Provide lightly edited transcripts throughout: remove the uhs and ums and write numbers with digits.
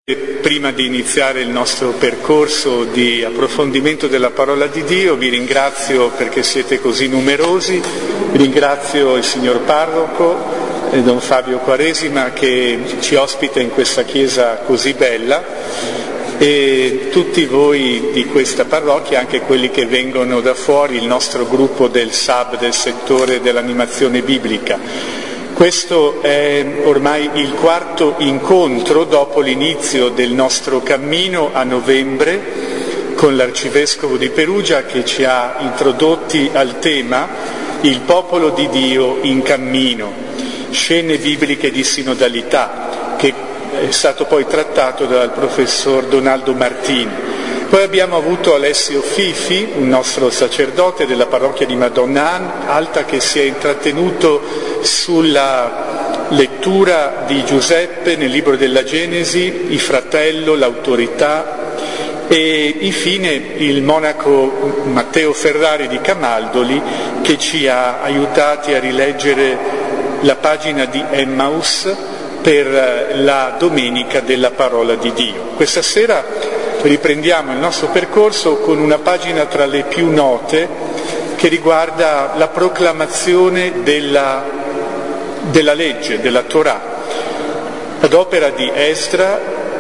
Prima di iniziare il nostro percorso di approfondimento della parola di Dio, vi ringrazio perché siete così numerosi, ringrazio il signor Parroco, Don Fabio Quaresima, che ci ospita in questa chiesa così bella, e tutti voi di questa parrocchia, anche quelli che vengono da fuori, il nostro gruppo del SAB, del settore dell'animazione biblica. Questo è ormai il quarto incontro dopo l'inizio del nostro cammino a novembre con l'Arcivescovo di Perugia, che ci ha introdotti al tema Il popolo di Dio in cammino, scene bibliche di sinodalità, che è stato poi trattato dal professor Donaldo Martini. Poi abbiamo avuto Alessio Fifi, un nostro sacerdote della parrocchia di Madonna Alta, che si è intrattenuto sulla lettura di Giuseppe nel libro della Genesi, il fratello, l'autorità, e infine il monaco Matteo Ferrari di Camaldoli, che ci ha aiutati a rileggere la pagina di Emmaus per la domenica della parola di Dio. Questa sera riprendiamo il nostro percorso con una pagina tra le più note che riguarda la proclamazione della legge, della Torah, ad opera di Esdra,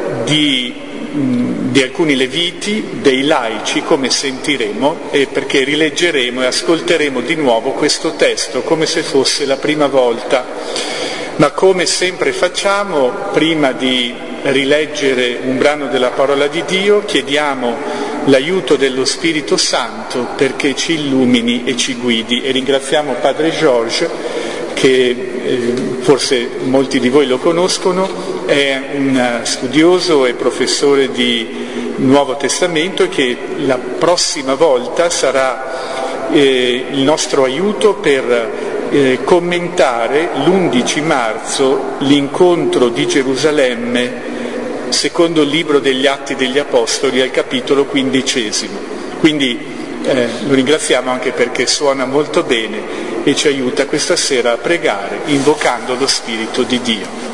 di alcuni leviti, dei laici, come sentiremo, e perché rileggeremo e ascolteremo di nuovo questo testo come se fosse la prima volta. Ma come sempre facciamo, prima di rileggere un brano della parola di Dio, chiediamo l'aiuto dello Spirito Santo perché ci illumini e ci guidi, e ringraziamo Padre Georges, che forse molti di voi lo conoscono, è un studioso e professore di Nuovo Testamento, e che la prossima volta sarà il nostro aiuto per commentare l'11 marzo l'incontro di Gerusalemme secondo il libro degli Atti degli Apostoli al capitolo 15. Quindi lo ringraziamo anche perché suona molto bene e ci aiuta questa sera a pregare invocando lo Spirito di Dio.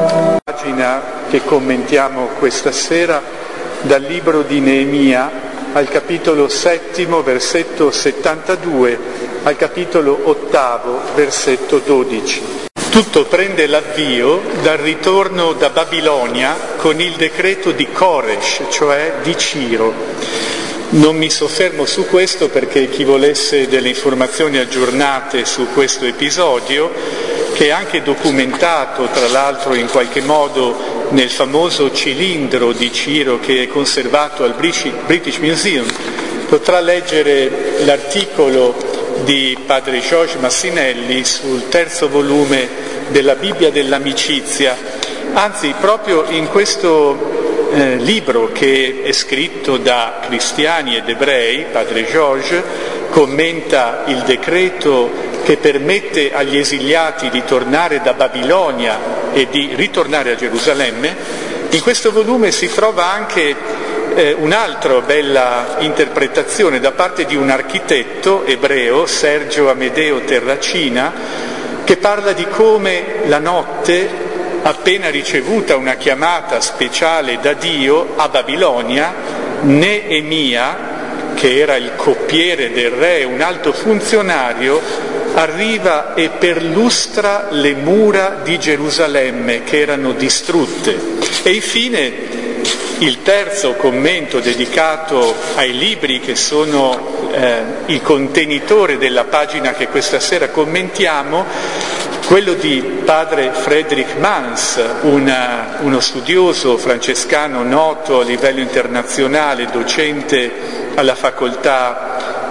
Che commentiamo questa sera dal libro di Neemia, al capitolo 7, versetto 72, al capitolo 8, versetto 12. Tutto prende l'avvio dal ritorno da Babilonia con il decreto di Koresh, cioè di Ciro. Non mi soffermo su questo perché chi volesse delle informazioni aggiornate su questo episodio, che è anche documentato tra l'altro in qualche modo nel famoso cilindro di Ciro che è conservato al British Museum, potrà leggere l'articolo di padre George Massinelli sul terzo volume della Bibbia dell'amicizia. Anzi, proprio in questo libro che è scritto da cristiani ed ebrei, padre George commenta il decreto che permette agli esiliati di tornare da Babilonia e di ritornare a Gerusalemme. In questo volume si trova anche un'altra bella interpretazione da parte di un architetto ebreo, Sergio Amedeo Terracina, che parla di come la notte, appena ricevuta una chiamata speciale da Dio a Babilonia, Neemia, che era il coppiere del re, un alto funzionario, arriva e perlustra le mura di Gerusalemme che erano distrutte. E infine il terzo commento dedicato ai libri che sono il contenitore della pagina che questa sera commentiamo, quello di padre Friedrich Mans, uno studioso francescano noto a livello internazionale, docente alla facoltà,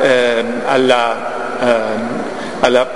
alla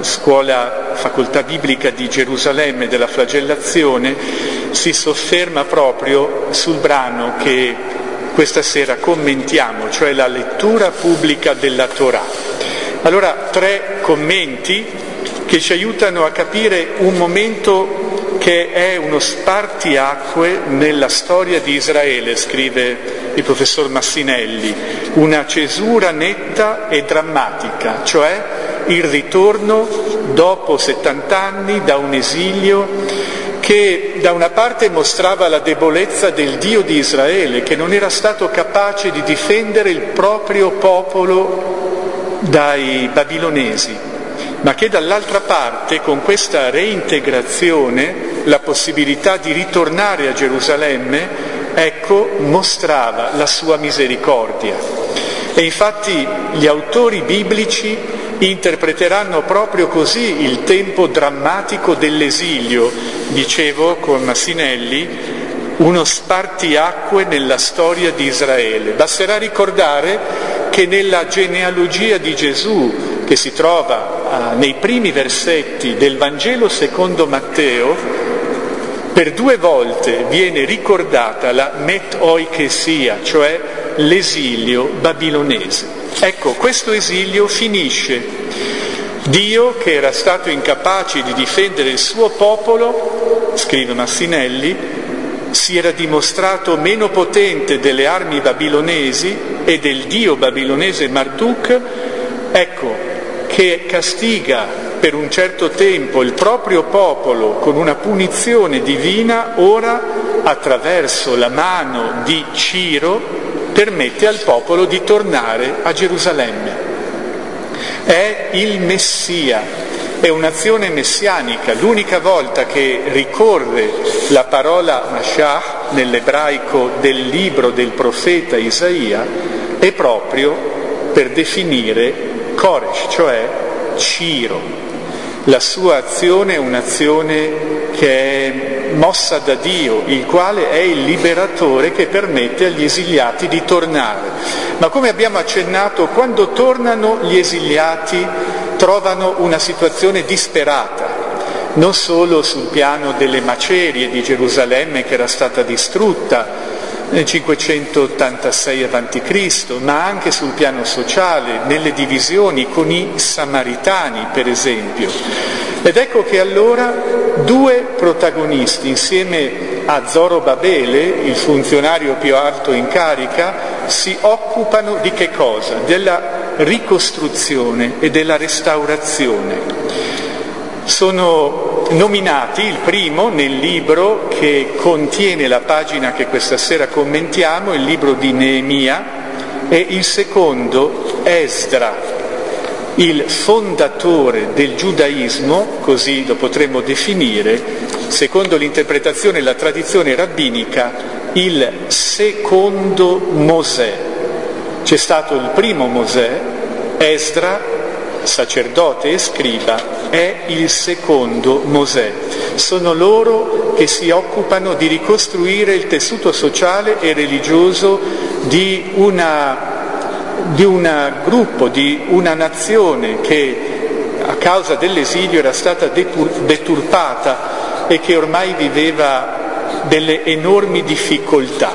facoltà biblica di Gerusalemme della flagellazione, si sofferma proprio sul brano che questa sera commentiamo, cioè la lettura pubblica della Torah. Allora, 3 commenti che ci aiutano a capire un momento che è uno spartiacque nella storia di Israele, scrive il professor Massinelli, una cesura netta e drammatica, cioè il ritorno dopo 70 anni da un esilio che da una parte mostrava la debolezza del Dio di Israele, che non era stato capace di difendere il proprio popolo dai babilonesi, ma che dall'altra parte, con questa reintegrazione, la possibilità di ritornare a Gerusalemme, mostrava la sua misericordia. E infatti gli autori biblici interpreteranno proprio così il tempo drammatico dell'esilio, dicevo con Massinelli, uno spartiacque nella storia di Israele. Basterà ricordare che nella genealogia di Gesù, che si trova nei primi versetti del Vangelo secondo Matteo, per 2 volte viene ricordata la metoikesia, cioè l'esilio babilonese. Ecco, questo esilio finisce. Dio, che era stato incapace di difendere il suo popolo, scrive Massinelli, si era dimostrato meno potente delle armi babilonesi e del dio babilonese Marduk, che castiga per un certo tempo il proprio popolo con una punizione divina, ora attraverso la mano di Ciro permette al popolo di tornare a Gerusalemme. È il Messia, è un'azione messianica. L'unica volta che ricorre la parola Mashiach nell'ebraico del libro del profeta Isaia è proprio per definire Koresh, cioè Ciro. La sua azione è un'azione che è mossa da Dio, il quale è il liberatore che permette agli esiliati di tornare. Ma come abbiamo accennato, quando tornano gli esiliati trovano una situazione disperata, non solo sul piano delle macerie di Gerusalemme che era stata distrutta nel 586 a.C., ma anche sul piano sociale, nelle divisioni con i Samaritani, per esempio. Ed ecco che allora 2 protagonisti, insieme a Zorobabele, il funzionario più alto in carica, si occupano di che cosa? Della ricostruzione e della restaurazione. Sono nominati, il primo nel libro che contiene la pagina che questa sera commentiamo, il libro di Neemia, e il secondo Esdra, il fondatore del giudaismo, così lo potremmo definire, secondo l'interpretazione e la tradizione rabbinica, il secondo Mosè. C'è stato il primo Mosè, Esdra, sacerdote e scriba, è il secondo Mosè. Sono loro che si occupano di ricostruire il tessuto sociale e religioso di un gruppo, di una nazione che a causa dell'esilio era stata deturpata e che ormai viveva delle enormi difficoltà.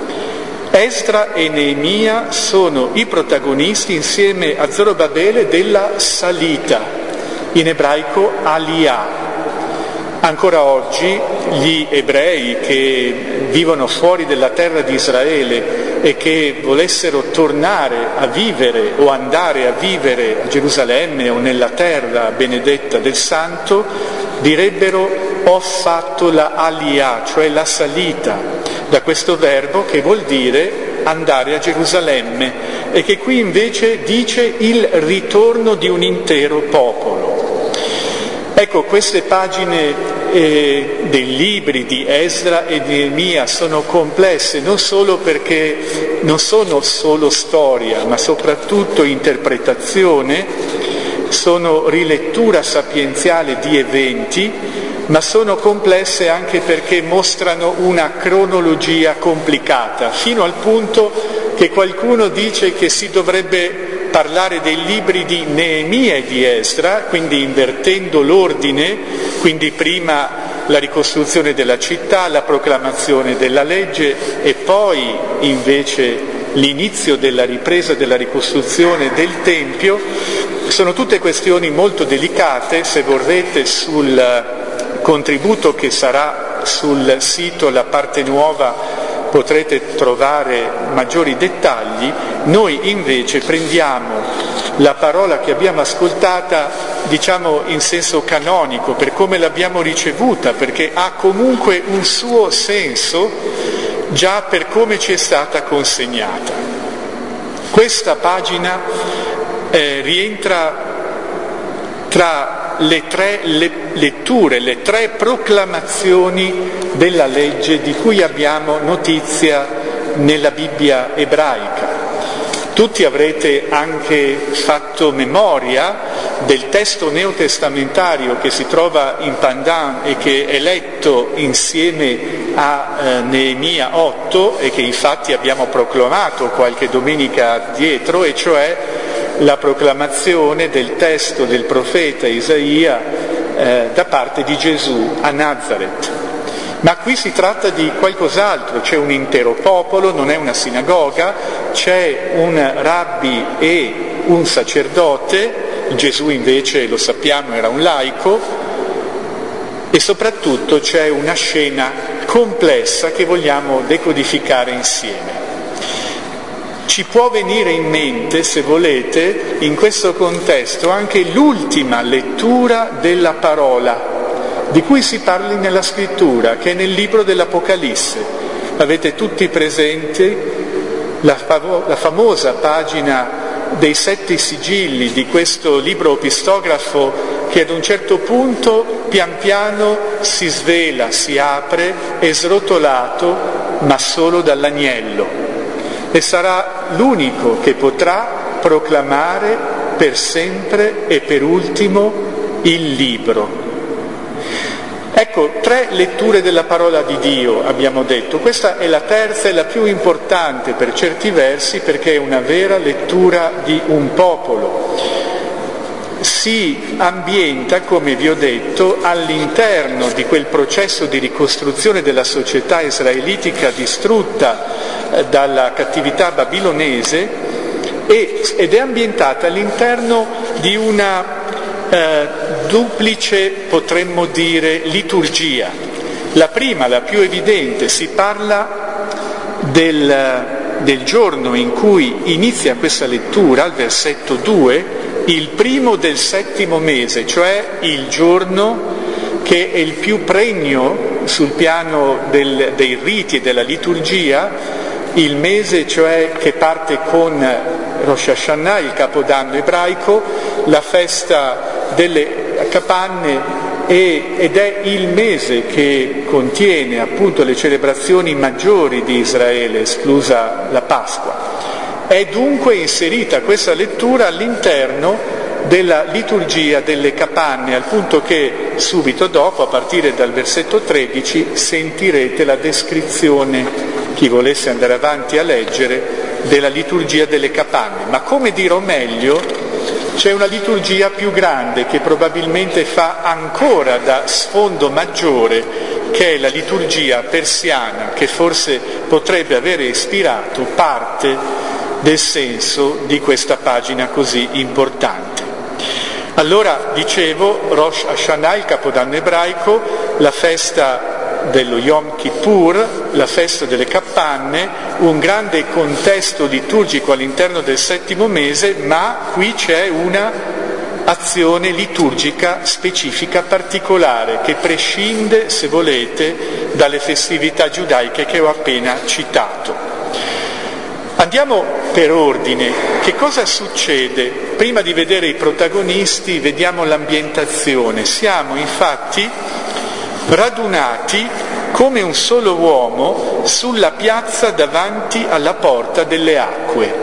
Esdra e Neemia sono i protagonisti insieme a Zorobabele della salita, in ebraico Aliyah. Ancora oggi gli ebrei che vivono fuori della terra di Israele e che volessero tornare a vivere o andare a vivere a Gerusalemme o nella terra benedetta del Santo, direbbero ho fatto la Aliyah, cioè la salita, da questo verbo che vuol dire andare a Gerusalemme e che qui invece dice il ritorno di un intero popolo. Ecco, queste pagine dei libri di Esdra e di Neemia sono complesse non solo perché non sono solo storia, ma soprattutto interpretazione, sono rilettura sapienziale di eventi, ma sono complesse anche perché mostrano una cronologia complicata, fino al punto che qualcuno dice che si dovrebbe parlare dei libri di Neemia e di Esdra, quindi invertendo l'ordine, quindi prima la ricostruzione della città, la proclamazione della legge e poi invece l'inizio della ripresa della ricostruzione del Tempio. Sono tutte questioni molto delicate, se vorrete sul contributo che sarà sul sito La Parte Nuova potrete trovare maggiori dettagli. Noi invece prendiamo la parola che abbiamo ascoltata, diciamo in senso canonico, per come l'abbiamo ricevuta, perché ha comunque un suo senso già per come ci è stata consegnata. Questa pagina rientra tra le tre letture, le tre proclamazioni della legge di cui abbiamo notizia nella Bibbia ebraica. Tutti avrete anche fatto memoria del testo neotestamentario che si trova in Pandan e che è letto insieme a Neemia 8 e che infatti abbiamo proclamato qualche domenica addietro, e cioè la proclamazione del testo del profeta Isaia da parte di Gesù a Nazareth. Ma qui si tratta di qualcos'altro, c'è un intero popolo, non è una sinagoga, c'è un rabbi e un sacerdote, Gesù invece lo sappiamo era un laico, e soprattutto c'è una scena complessa che vogliamo decodificare insieme. Ci può venire in mente, se volete, in questo contesto anche l'ultima lettura della parola di cui si parli nella scrittura, che è nel libro dell'Apocalisse. Avete tutti presenti la famosa pagina dei 7 sigilli di questo libro epistografo che ad un certo punto pian piano si svela, si apre, è srotolato, ma solo dall'agnello. E sarà l'unico che potrà proclamare per sempre e per ultimo il libro. Ecco, 3 letture della parola di Dio abbiamo detto. Questa è la terza e la più importante per certi versi, perché è una vera lettura di un popolo. Si ambienta, come vi ho detto, all'interno di quel processo di ricostruzione della società israelitica distrutta dalla cattività babilonese ed è ambientata all'interno di una duplice, potremmo dire, liturgia. La prima, la più evidente, si parla del giorno in cui inizia questa lettura, al versetto 2, il primo del 7° mese, cioè il giorno che è il più pregno sul piano dei riti e della liturgia, il mese cioè che parte con Rosh Hashanah, il Capodanno ebraico, la festa delle capanne, ed è il mese che contiene appunto le celebrazioni maggiori di Israele, esclusa la Pasqua. È dunque inserita questa lettura all'interno della liturgia delle capanne, al punto che subito dopo, a partire dal versetto 13, sentirete la descrizione, chi volesse andare avanti a leggere, della liturgia delle capanne. Ma come dirò meglio, c'è una liturgia più grande che probabilmente fa ancora da sfondo maggiore, che è la liturgia persiana, che forse potrebbe avere ispirato parte del senso di questa pagina così importante. Allora, dicevo, Rosh Hashanah, il Capodanno ebraico, la festa dello Yom Kippur, la festa delle capanne, un grande contesto liturgico all'interno del settimo mese, ma qui c'è una azione liturgica specifica particolare che prescinde, se volete, dalle festività giudaiche che ho appena citato. Andiamo per ordine. Che cosa succede? Prima di vedere i protagonisti, vediamo l'ambientazione. Siamo infatti radunati come un solo uomo sulla piazza davanti alla porta delle acque.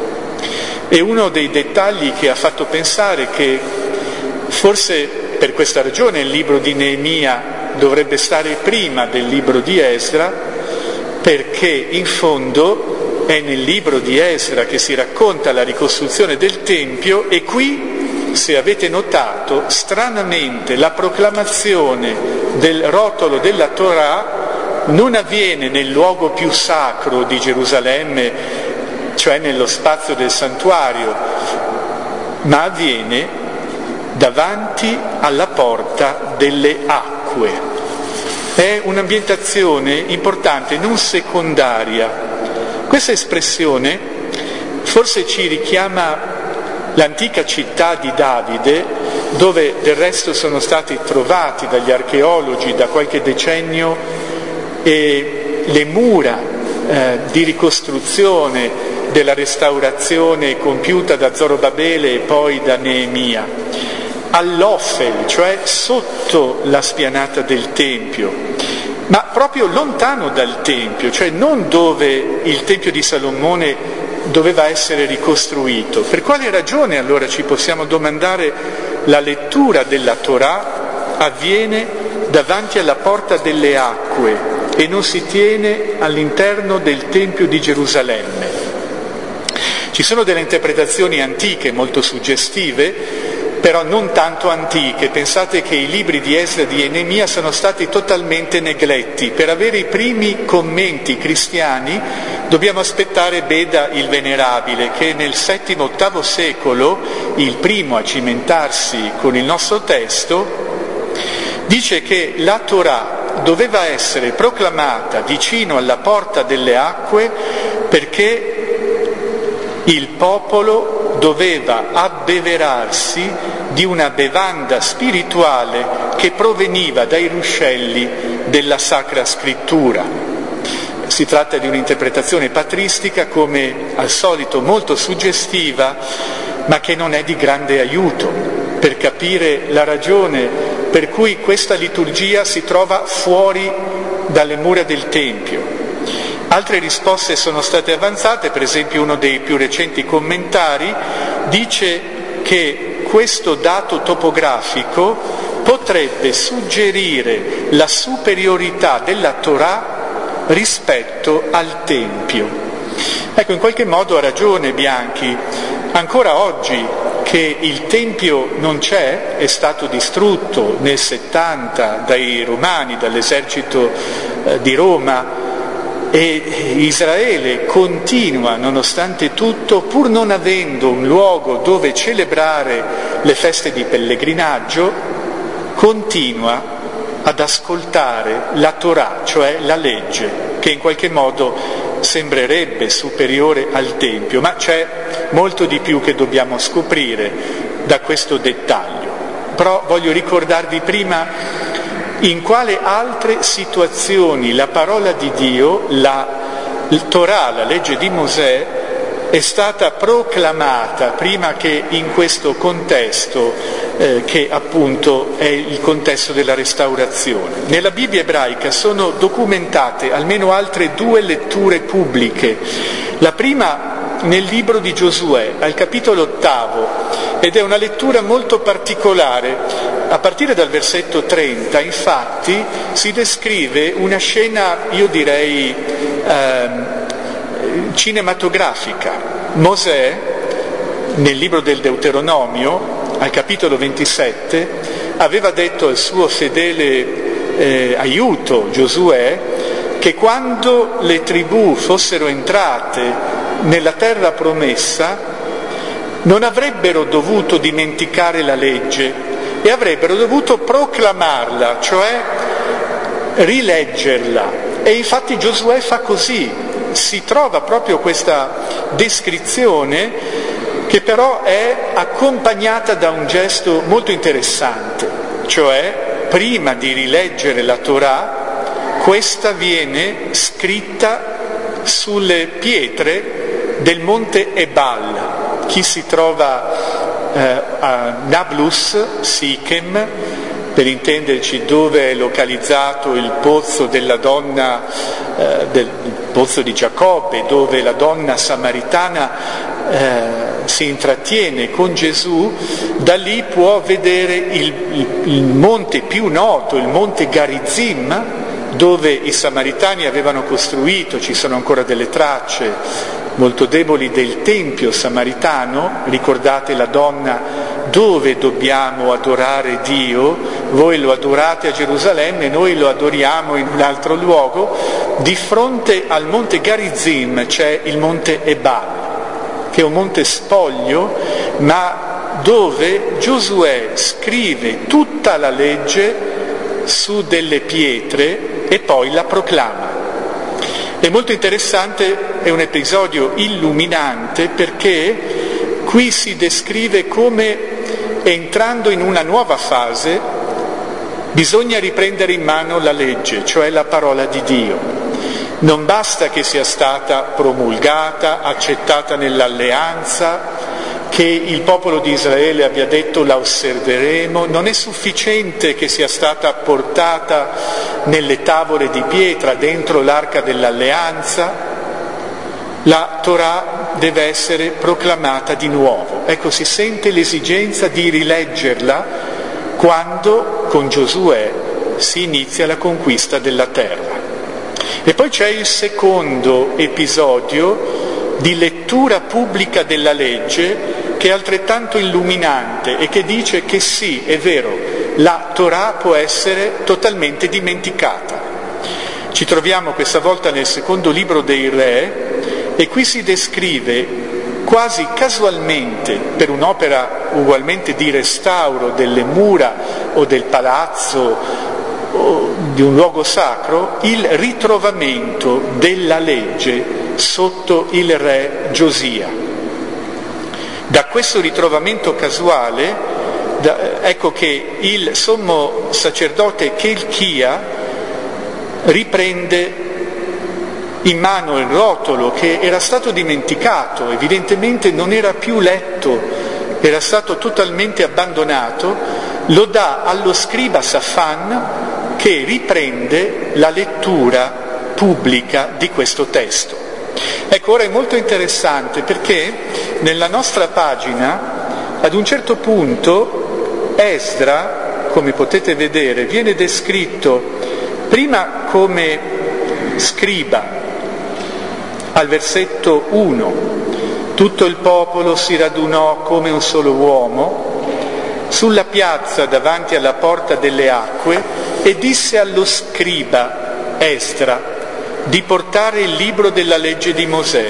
È uno dei dettagli che ha fatto pensare che forse per questa ragione il libro di Neemia dovrebbe stare prima del libro di Esra, perché in fondo è nel libro di Esra che si racconta la ricostruzione del Tempio, e qui, se avete notato, stranamente la proclamazione del rotolo della Torah non avviene nel luogo più sacro di Gerusalemme, cioè nello spazio del santuario, ma avviene davanti alla porta delle acque. È un'ambientazione importante, non secondaria. Questa espressione forse ci richiama l'antica città di Davide, dove del resto sono stati trovati dagli archeologi da qualche decennio le mura di ricostruzione della restaurazione compiuta da Zorobabele e poi da Neemia, all'Ofel, cioè sotto la spianata del Tempio, ma proprio lontano dal Tempio, cioè non dove il Tempio di Salomone doveva essere ricostruito. Per quale ragione allora, ci possiamo domandare, la lettura della Torah avviene davanti alla porta delle acque e non si tiene all'interno del Tempio di Gerusalemme? Ci sono delle interpretazioni antiche molto suggestive, però non tanto antiche. Pensate che i libri di Esra e di Neemia sono stati totalmente negletti. Per avere i primi commenti cristiani dobbiamo aspettare Beda il Venerabile, che nel VII-VIII secolo, il primo a cimentarsi con il nostro testo, dice che la Torah doveva essere proclamata vicino alla porta delle acque perché il popolo doveva abbeverarsi di una bevanda spirituale che proveniva dai ruscelli della Sacra Scrittura. Si tratta di un'interpretazione patristica, come al solito molto suggestiva, ma che non è di grande aiuto per capire la ragione per cui questa liturgia si trova fuori dalle mura del Tempio. Altre risposte sono state avanzate, per esempio uno dei più recenti commentari dice che questo dato topografico potrebbe suggerire la superiorità della Torah rispetto al Tempio. Ecco, in qualche modo ha ragione Bianchi. Ancora oggi che il Tempio non c'è, è stato distrutto nel 70 dai Romani, dall'esercito di Roma, e Israele continua, nonostante tutto, pur non avendo un luogo dove celebrare le feste di pellegrinaggio, continua ad ascoltare la Torah, cioè la legge, che in qualche modo sembrerebbe superiore al Tempio, ma c'è molto di più che dobbiamo scoprire da questo dettaglio. Però voglio ricordarvi prima in quale altre situazioni la parola di Dio, la il Torah, la legge di Mosè, è stata proclamata prima che in questo contesto che appunto è il contesto della restaurazione. Nella Bibbia ebraica sono documentate almeno altre 2 letture pubbliche. La prima nel libro di Giosuè, al capitolo 8, ed è una lettura molto particolare. A partire dal versetto 30, infatti, si descrive una scena, io direi, cinematografica. Mosè, nel libro del Deuteronomio, al capitolo 27, aveva detto al suo fedele aiuto Giosuè che quando le tribù fossero entrate nella terra promessa non avrebbero dovuto dimenticare la legge e avrebbero dovuto proclamarla, cioè rileggerla. E infatti Giosuè fa così, si trova proprio questa descrizione che però è accompagnata da un gesto molto interessante, cioè prima di rileggere la Torah, questa viene scritta sulle pietre del monte Ebal. Chi si trova a Nablus, Sichem, per intenderci dove è localizzato il pozzo della donna, del pozzo di Giacobbe, dove la donna samaritana si intrattiene con Gesù, da lì può vedere il monte più noto, il monte Garizim, dove i samaritani avevano costruito, ci sono ancora delle tracce molto deboli del tempio samaritano. Ricordate la donna: dove dobbiamo adorare Dio? Voi lo adorate a Gerusalemme, noi lo adoriamo in un altro luogo. Di fronte al monte Garizim c'è il monte Ebal, che è un monte spoglio, ma dove Giosuè scrive tutta la legge su delle pietre e poi la proclama. È molto interessante, è un episodio illuminante, perché qui si descrive come, entrando in una nuova fase, bisogna riprendere in mano la legge, cioè la parola di Dio. Non basta che sia stata promulgata, accettata nell'alleanza, che il popolo di Israele abbia detto la osserveremo, non è sufficiente che sia stata portata nelle tavole di pietra dentro l'arca dell'alleanza. La Torah deve essere proclamata di nuovo. Ecco, si sente l'esigenza di rileggerla quando con Giosuè si inizia la conquista della terra. E poi c'è il secondo episodio di lettura pubblica della legge, che è altrettanto illuminante e che dice che sì, è vero, la Torah può essere totalmente dimenticata. Ci troviamo questa volta nel secondo libro dei Re, e qui si descrive quasi casualmente, per un'opera ugualmente di restauro delle mura o del palazzo o di un luogo sacro, il ritrovamento della legge sotto il re Giosia. Da questo ritrovamento casuale, ecco che il sommo sacerdote Chelchia riprende in mano il rotolo che era stato dimenticato, evidentemente non era più letto, era stato totalmente abbandonato, lo dà allo scriba Safan, che riprende la lettura pubblica di questo testo. Ecco, ora è molto interessante perché nella nostra pagina, ad un certo punto, Esdra, come potete vedere, viene descritto prima come scriba, al versetto 1, tutto il popolo si radunò come un solo uomo sulla piazza davanti alla porta delle acque e disse allo scriba Esdra di portare il libro della legge di Mosè.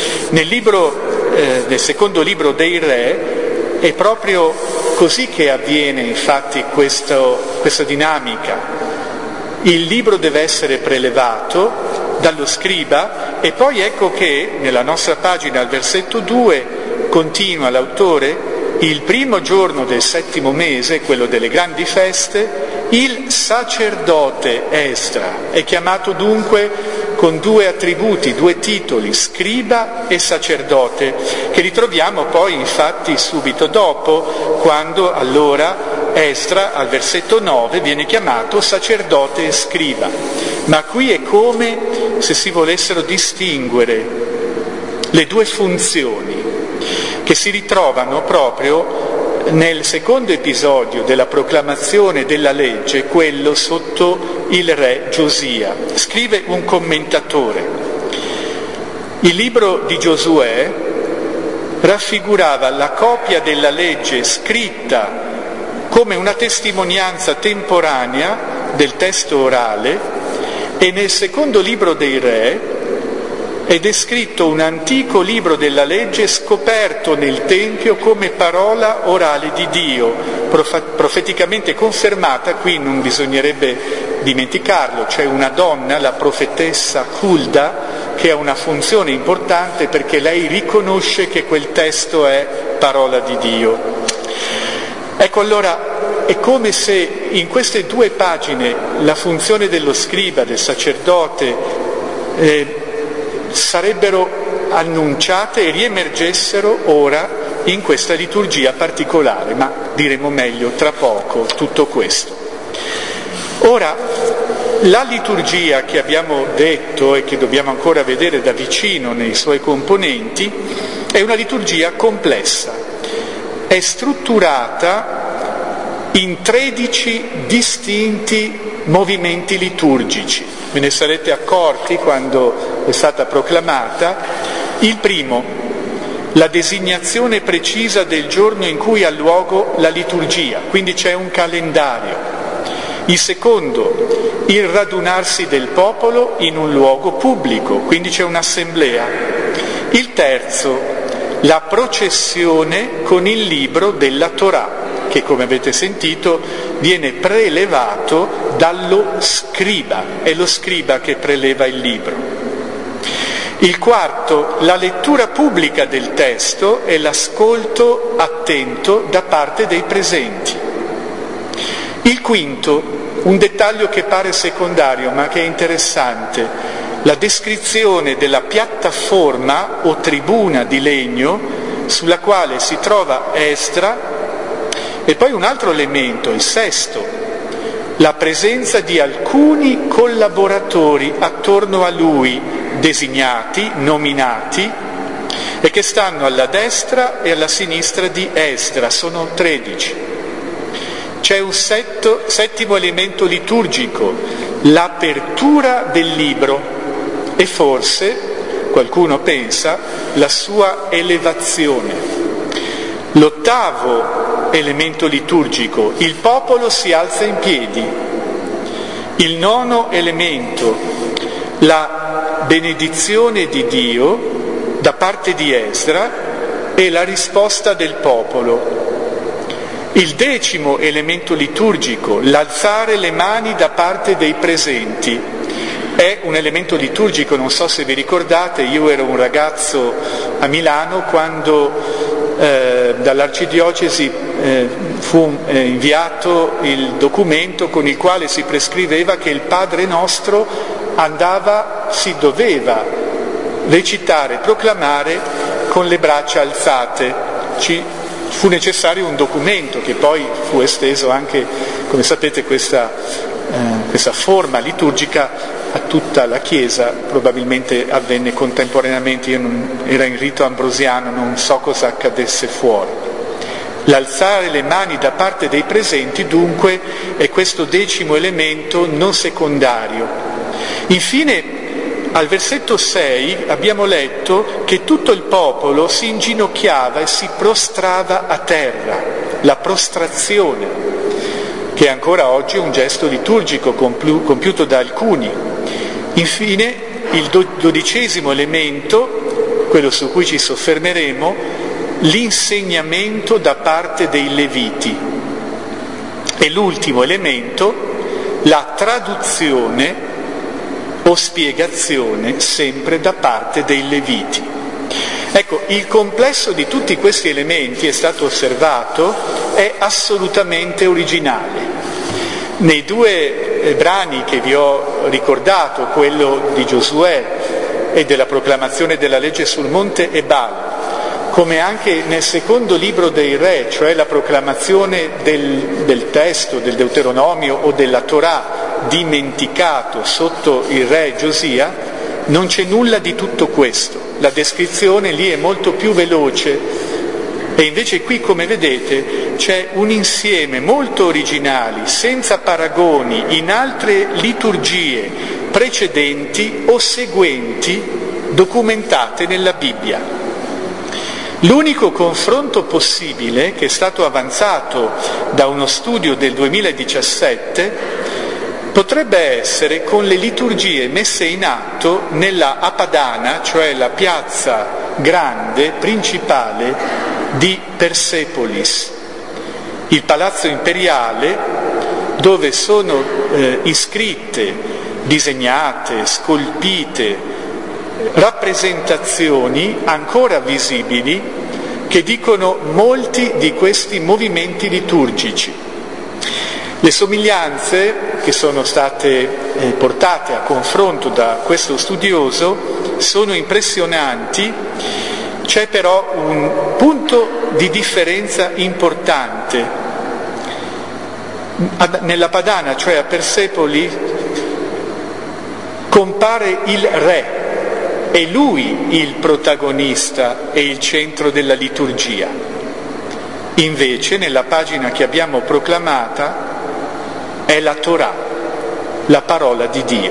Nel secondo libro dei Re è proprio così che avviene infatti questa dinamica. Il libro deve essere prelevato dallo scriba e poi ecco che nella nostra pagina al versetto 2 continua l'autore: il primo giorno del 7° mese, quello delle grandi feste, il sacerdote Esdra, è chiamato dunque con due attributi, due titoli, scriba e sacerdote, che ritroviamo poi infatti subito dopo, quando allora Esdra al versetto 9 viene chiamato sacerdote e scriba. Ma qui è come se si volessero distinguere le due funzioni che si ritrovano proprio nel secondo episodio della proclamazione della legge, quello sotto il re Giosia. Scrive un commentatore: il libro di Giosuè raffigurava la copia della legge scritta come una testimonianza temporanea del testo orale, e nel secondo libro dei re è descritto un antico libro della legge scoperto nel Tempio come parola orale di Dio, profeticamente confermata. Qui non bisognerebbe dimenticarlo, c'è una donna, la profetessa Hulda, che ha una funzione importante perché lei riconosce che quel testo è parola di Dio. Ecco, allora è come se in queste due pagine la funzione dello scriba, del sacerdote, sarebbero annunciate e riemergessero ora in questa liturgia particolare, ma diremo meglio tra poco tutto questo. Ora, la liturgia che abbiamo detto e che dobbiamo ancora vedere da vicino nei suoi componenti è una liturgia complessa, è strutturata in 13 distinti movimenti liturgici. Ve ne sarete accorti quando è stata proclamata. Il primo, la designazione precisa del giorno in cui ha luogo la liturgia, quindi c'è un calendario. Il secondo, il radunarsi del popolo in un luogo pubblico, quindi c'è un'assemblea. Il terzo, la processione con il libro della Torah, che come avete sentito viene prelevato dallo scriba, è lo scriba che preleva il libro. Il quarto, la lettura pubblica del testo e l'ascolto attento da parte dei presenti. Il quinto, un dettaglio che pare secondario ma che è interessante, la descrizione della piattaforma o tribuna di legno sulla quale si trova Esdra. E poi un altro elemento, il sesto, la presenza di alcuni collaboratori attorno a lui, designati, nominati, e che stanno alla destra e alla sinistra di Esdra, sono 13. C'è un settimo elemento liturgico, l'apertura del libro e forse, qualcuno pensa, la sua elevazione. L'ottavo elemento liturgico, il popolo si alza in piedi. Il nono elemento, la benedizione di Dio da parte di Esdra e la risposta del popolo. Il decimo elemento liturgico, l'alzare le mani da parte dei presenti. È un elemento liturgico, non so se vi ricordate, io ero un ragazzo a Milano quando dall'arcidiocesi fu inviato il documento con il quale si prescriveva che il Padre Nostro si doveva recitare, proclamare con le braccia alzate. Fu necessario un documento che poi fu esteso anche, come sapete, questa forma liturgica a tutta la Chiesa, probabilmente avvenne contemporaneamente, era in rito ambrosiano, non so cosa accadesse fuori. L'alzare le mani da parte dei presenti dunque è questo decimo elemento non secondario. Infine, al versetto 6 abbiamo letto che tutto il popolo si inginocchiava e si prostrava a terra, la prostrazione, che ancora oggi è un gesto liturgico compiuto da alcuni. Infine, il 12° elemento, quello su cui ci soffermeremo, l'insegnamento da parte dei Leviti. E l'ultimo elemento, la traduzione o spiegazione sempre da parte dei Leviti. Ecco, il complesso di tutti questi elementi, è stato osservato, è assolutamente originale. Nei due brani che vi ho ricordato, quello di Giosuè e della proclamazione della legge sul monte Ebal, come anche nel secondo libro dei Re, cioè la proclamazione del testo del Deuteronomio o della Torah dimenticato sotto il re Giosia, non c'è nulla di tutto questo. La descrizione lì è molto più veloce e invece qui, come vedete, c'è un insieme molto originali, senza paragoni, in altre liturgie precedenti o seguenti documentate nella Bibbia. L'unico confronto possibile, che è stato avanzato da uno studio del 2017, potrebbe essere con le liturgie messe in atto nella Apadana, cioè la piazza grande, principale di Persepolis, il palazzo imperiale dove sono iscritte, disegnate, scolpite, rappresentazioni ancora visibili che dicono molti di questi movimenti liturgici. Le somiglianze che sono state portate a confronto da questo studioso sono impressionanti. C'è però un punto di differenza importante. Nella Padana, cioè a Persepoli, compare il re, è lui il protagonista e il centro della liturgia. Invece, nella pagina che abbiamo proclamata, è la Torah, la parola di Dio.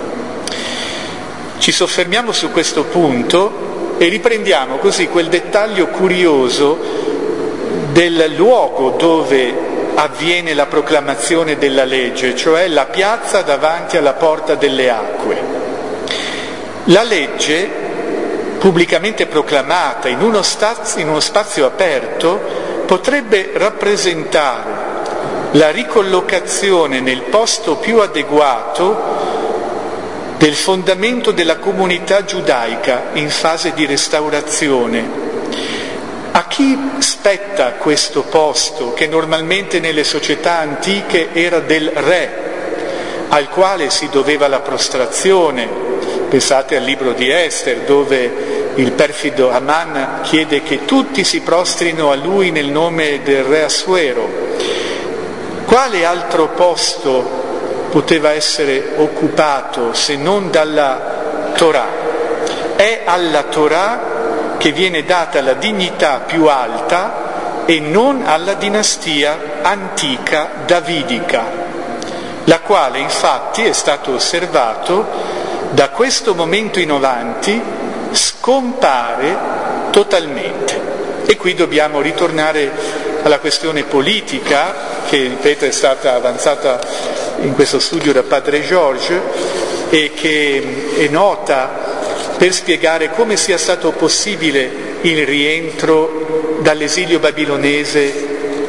Ci soffermiamo su questo punto e riprendiamo così quel dettaglio curioso del luogo dove avviene la proclamazione della legge, cioè la piazza davanti alla porta delle acque. La legge, pubblicamente proclamata in uno spazio aperto, potrebbe rappresentare la ricollocazione nel posto più adeguato del fondamento della comunità giudaica in fase di restaurazione. A chi spetta questo posto, che normalmente nelle società antiche era del re, al quale si doveva la prostrazione? Pensate al libro di Ester, dove il perfido Aman chiede che tutti si prostrino a lui nel nome del re Assuero. Quale altro posto poteva essere occupato se non dalla Torah? È alla Torah che viene data la dignità più alta e non alla dinastia antica davidica, la quale infatti, è stato osservato, da questo momento in avanti scompare totalmente. E qui dobbiamo ritornare alla questione politica, che ripeto è stata avanzata in questo studio da padre Georges e che è nota per spiegare come sia stato possibile il rientro dall'esilio babilonese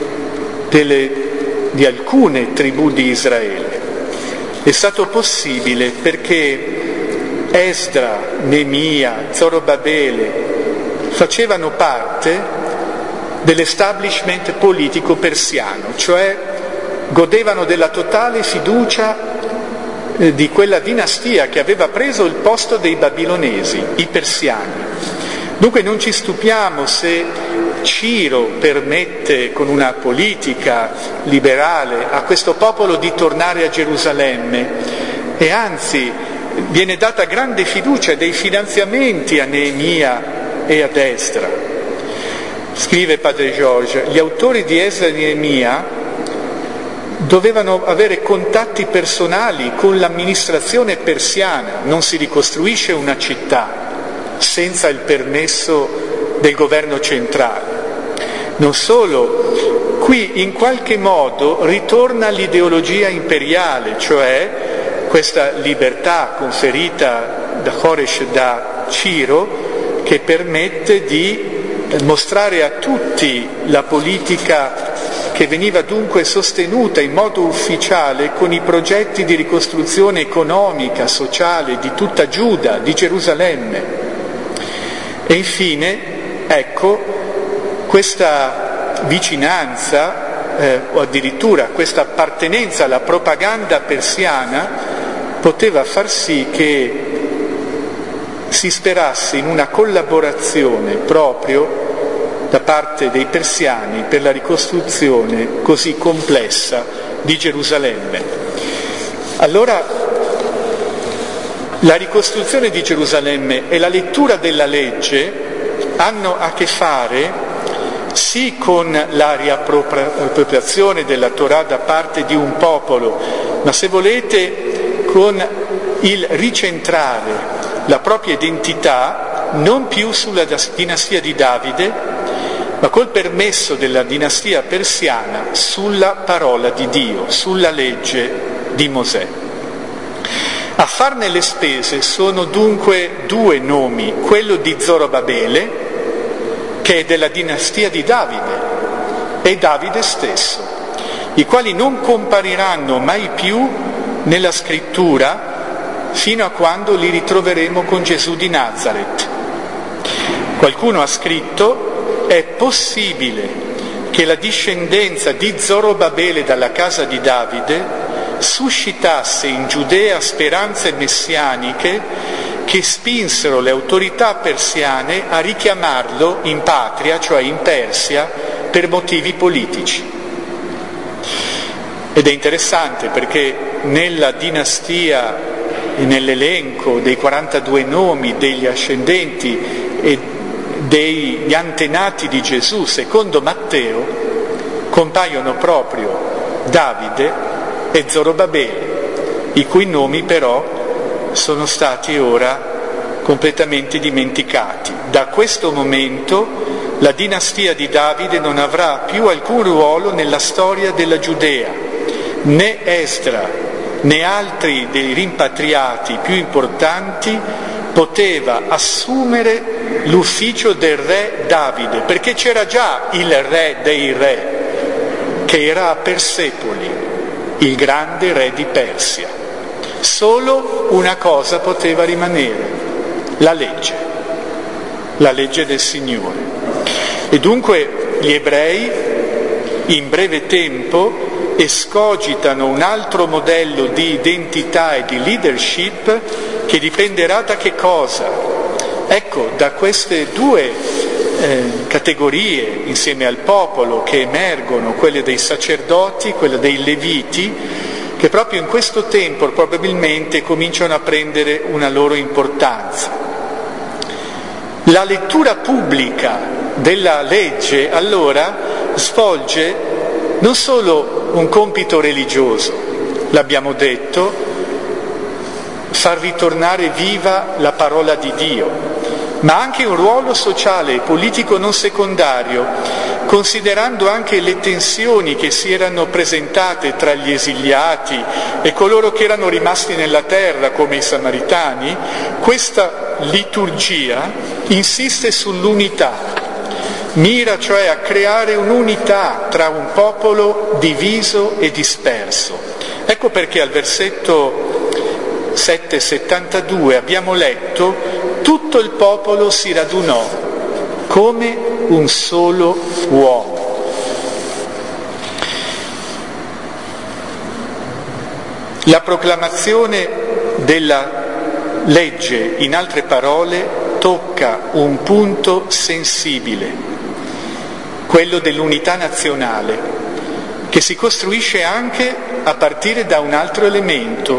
di alcune tribù di Israele. È stato possibile perché Esdra, Neemia, Zorobabele facevano parte dell'establishment politico persiano, cioè godevano della totale fiducia di quella dinastia che aveva preso il posto dei babilonesi, i persiani. Dunque non ci stupiamo se Ciro permette con una politica liberale a questo popolo di tornare a Gerusalemme e anzi viene data grande fiducia e dei finanziamenti a Neemia e ad Esdra. Scrive padre Georges, gli autori di Esdra e Neemia dovevano avere contatti personali con l'amministrazione persiana. Non si ricostruisce una città senza il permesso del governo centrale. Non solo, qui in qualche modo ritorna l'ideologia imperiale, cioè questa libertà conferita da Koresh, da Ciro, che permette di mostrare a tutti la politica che veniva dunque sostenuta in modo ufficiale con i progetti di ricostruzione economica, sociale di tutta Giuda, di Gerusalemme. E infine, ecco, questa vicinanza o addirittura questa appartenenza alla propaganda persiana poteva far sì che si sperasse in una collaborazione proprio da parte dei persiani per la ricostruzione così complessa di Gerusalemme. Allora, la ricostruzione di Gerusalemme e la lettura della legge hanno a che fare sì con la riappropriazione della Torah da parte di un popolo, ma se volete con il ricentrare la propria identità non più sulla dinastia di Davide, ma col permesso della dinastia persiana sulla parola di Dio, sulla legge di Mosè. A farne le spese sono dunque due nomi, quello di Zorobabele, che è della dinastia di Davide, e Davide stesso, i quali non compariranno mai più nella scrittura fino a quando li ritroveremo con Gesù di Nazaret. Qualcuno ha scritto: è possibile che la discendenza di Zorobabele dalla casa di Davide suscitasse in Giudea speranze messianiche che spinsero le autorità persiane a richiamarlo in patria, cioè in Persia, per motivi politici. Ed è interessante perché nella dinastia e nell'elenco dei 42 nomi degli ascendenti e degli antenati di Gesù, secondo Matteo, compaiono proprio Davide e Zorobabele, i cui nomi però sono stati ora completamente dimenticati. Da questo momento la dinastia di Davide non avrà più alcun ruolo nella storia della Giudea. Né Esdra né altri dei rimpatriati più importanti poteva assumere l'ufficio del re Davide, perché c'era già il re dei re, che era Persepoli, il grande re di Persia. Solo una cosa poteva rimanere: la legge del Signore. E dunque gli ebrei in breve tempo escogitano un altro modello di identità e di leadership che dipenderà da che cosa? Ecco, da queste due categorie insieme al popolo che emergono, quelle dei sacerdoti, quelle dei leviti, che proprio in questo tempo probabilmente cominciano a prendere una loro importanza. La lettura pubblica della legge allora svolge non solo un compito religioso, l'abbiamo detto, far ritornare viva la parola di Dio, ma anche un ruolo sociale e politico non secondario, considerando anche le tensioni che si erano presentate tra gli esiliati e coloro che erano rimasti nella terra, come i Samaritani. Questa liturgia insiste sull'unità. Mira cioè a creare un'unità tra un popolo diviso e disperso. Ecco perché al versetto 7,72 abbiamo letto: tutto il popolo si radunò come un solo uomo. La proclamazione della legge, in altre parole, tocca un punto sensibile, quello dell'unità nazionale, che si costruisce anche a partire da un altro elemento: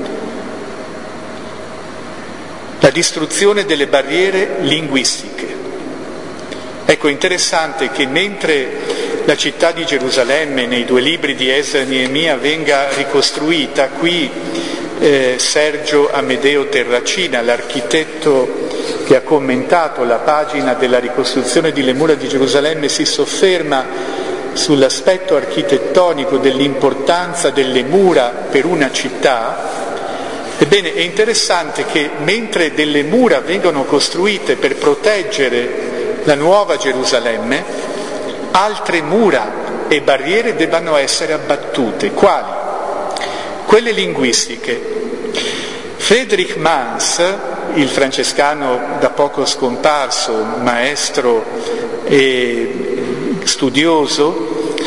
la distruzione delle barriere linguistiche. Ecco, interessante che mentre la città di Gerusalemme nei due libri di Esra e Neemia venga ricostruita, qui Sergio Amedeo Terracina, l'architetto che ha commentato la pagina della ricostruzione delle mura di Gerusalemme, si sofferma sull'aspetto architettonico dell'importanza delle mura per una città. Ebbene, è interessante che mentre delle mura vengono costruite per proteggere la nuova Gerusalemme, altre mura e barriere debbano essere abbattute. Quali? Quelle linguistiche. Friedrich Mans, il francescano da poco scomparso, maestro e studioso,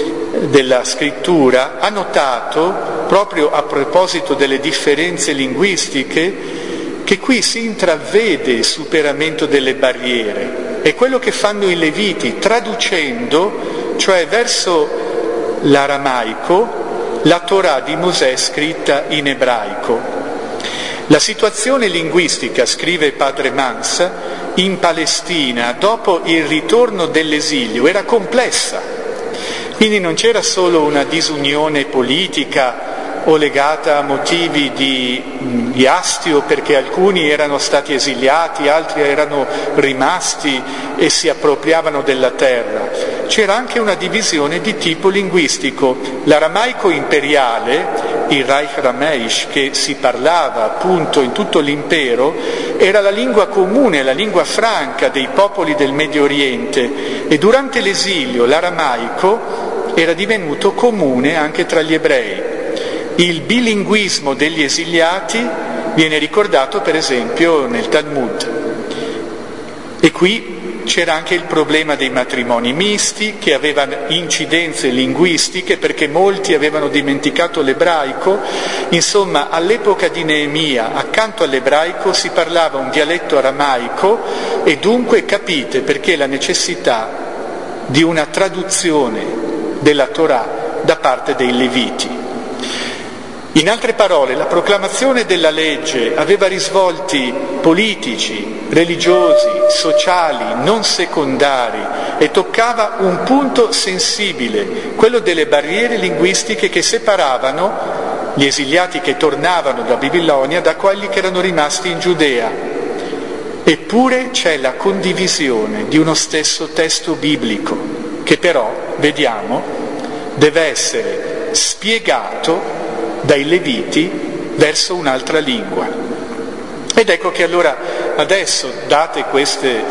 della scrittura ha notato, proprio a proposito delle differenze linguistiche, che qui si intravede il superamento delle barriere. È quello che fanno i Leviti, traducendo, cioè verso l'aramaico, la Torah di Mosè scritta in ebraico. La situazione linguistica, scrive padre Mansa, in Palestina, dopo il ritorno dell'esilio, era complessa. Quindi non c'era solo una disunione politica o legata a motivi di astio, perché alcuni erano stati esiliati, altri erano rimasti e si appropriavano della terra. C'era anche una divisione di tipo linguistico. L'aramaico imperiale, il Reich Rameish, che si parlava appunto in tutto l'impero, era la lingua comune, la lingua franca dei popoli del Medio Oriente, e durante l'esilio l'aramaico era divenuto comune anche tra gli ebrei. Il bilinguismo degli esiliati viene ricordato per esempio nel Talmud. E qui c'era anche il problema dei matrimoni misti, che avevano incidenze linguistiche perché molti avevano dimenticato l'ebraico. Insomma, all'epoca di Neemia, accanto all'ebraico si parlava un dialetto aramaico, e dunque capite perché la necessità di una traduzione della Torah da parte dei Leviti. In altre parole, la proclamazione della legge aveva risvolti politici, religiosi, sociali, non secondari, e toccava un punto sensibile, quello delle barriere linguistiche che separavano gli esiliati che tornavano da Babilonia da quelli che erano rimasti in Giudea. Eppure c'è la condivisione di uno stesso testo biblico, che però, vediamo, deve essere spiegato dai Leviti verso un'altra lingua. Ed ecco che allora adesso, date queste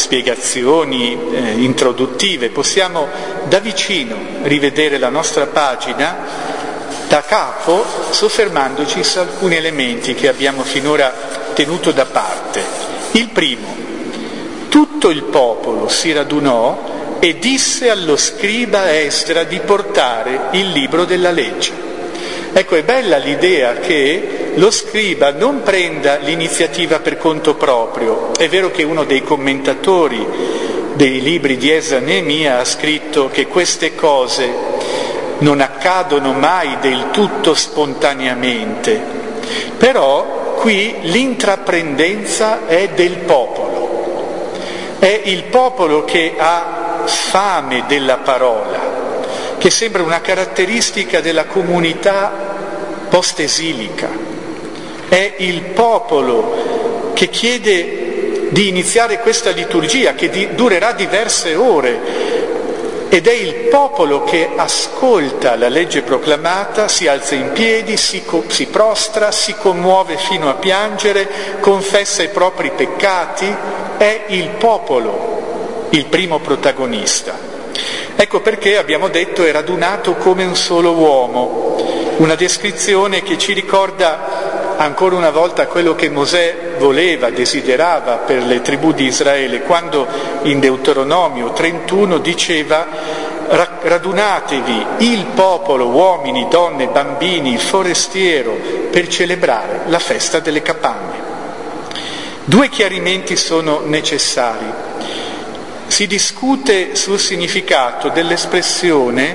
spiegazioni introduttive, possiamo da vicino rivedere la nostra pagina da capo, soffermandoci su alcuni elementi che abbiamo finora tenuto da parte. Il primo: tutto il popolo si radunò e disse allo scriba Esdra di portare il libro della legge. Ecco, è bella l'idea che lo scriba non prenda l'iniziativa per conto proprio. È vero che uno dei commentatori dei libri di Esra e Neemia ha scritto che queste cose non accadono mai del tutto spontaneamente, però qui l'intraprendenza è del popolo. È il popolo che ha fame della parola, che sembra una caratteristica della comunità post-esilica. È il popolo che chiede di iniziare questa liturgia, che durerà diverse ore, ed è il popolo che ascolta la legge proclamata, si alza in piedi, si prostra, si commuove fino a piangere, confessa i propri peccati. È il popolo il primo protagonista. Ecco perché abbiamo detto è radunato come un solo uomo, una descrizione che ci ricorda ancora una volta quello che Mosè voleva, desiderava per le tribù di Israele, quando in Deuteronomio 31 diceva: radunatevi il popolo, uomini, donne, bambini, il forestiero, per celebrare la festa delle capanne. Due chiarimenti sono necessari. Si discute sul significato dell'espressione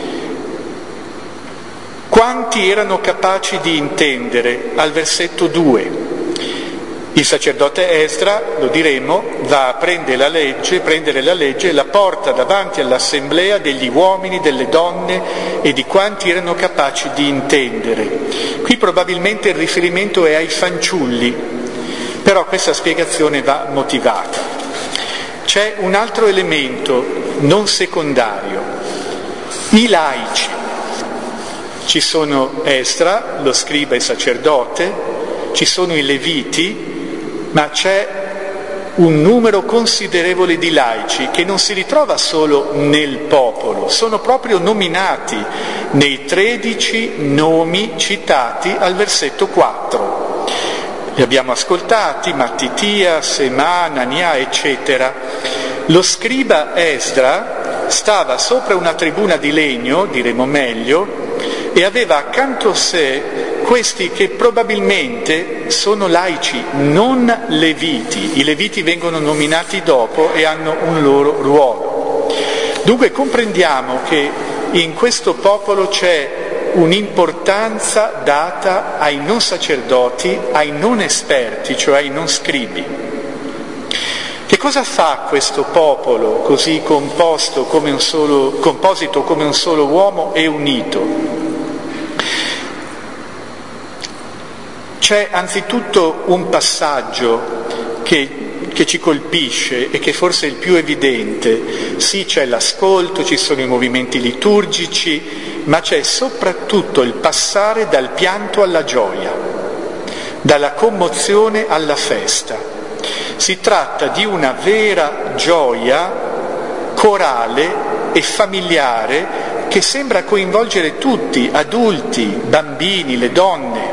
quanti erano capaci di intendere al versetto 2. Il sacerdote Esdra, lo diremo, va a prendere la legge e la porta davanti all'assemblea degli uomini, delle donne e di quanti erano capaci di intendere. Qui probabilmente il riferimento è ai fanciulli, però questa spiegazione va motivata. C'è un altro elemento non secondario: i laici. Ci sono Esdra, lo scriba e sacerdote, ci sono i Leviti, ma c'è un numero considerevole di laici che non si ritrova solo nel popolo, sono proprio nominati nei 13 nomi citati al versetto 4. Li abbiamo ascoltati: Mattitia, Semà, Anania, eccetera. Lo scriba Esdra stava sopra una tribuna di legno, diremo meglio, e aveva accanto a sé questi che probabilmente sono laici, non leviti. I leviti vengono nominati dopo e hanno un loro ruolo. Dunque comprendiamo che in questo popolo c'è un'importanza data ai non sacerdoti, ai non esperti, cioè ai non scribi. Che cosa fa questo popolo così composito come un solo uomo e unito? C'è anzitutto un passaggio che ci colpisce e che forse è il più evidente. Sì, c'è l'ascolto, ci sono i movimenti liturgici, ma c'è soprattutto il passare dal pianto alla gioia, dalla commozione alla festa. Si tratta di una vera gioia corale e familiare che sembra coinvolgere tutti, adulti, bambini, le donne.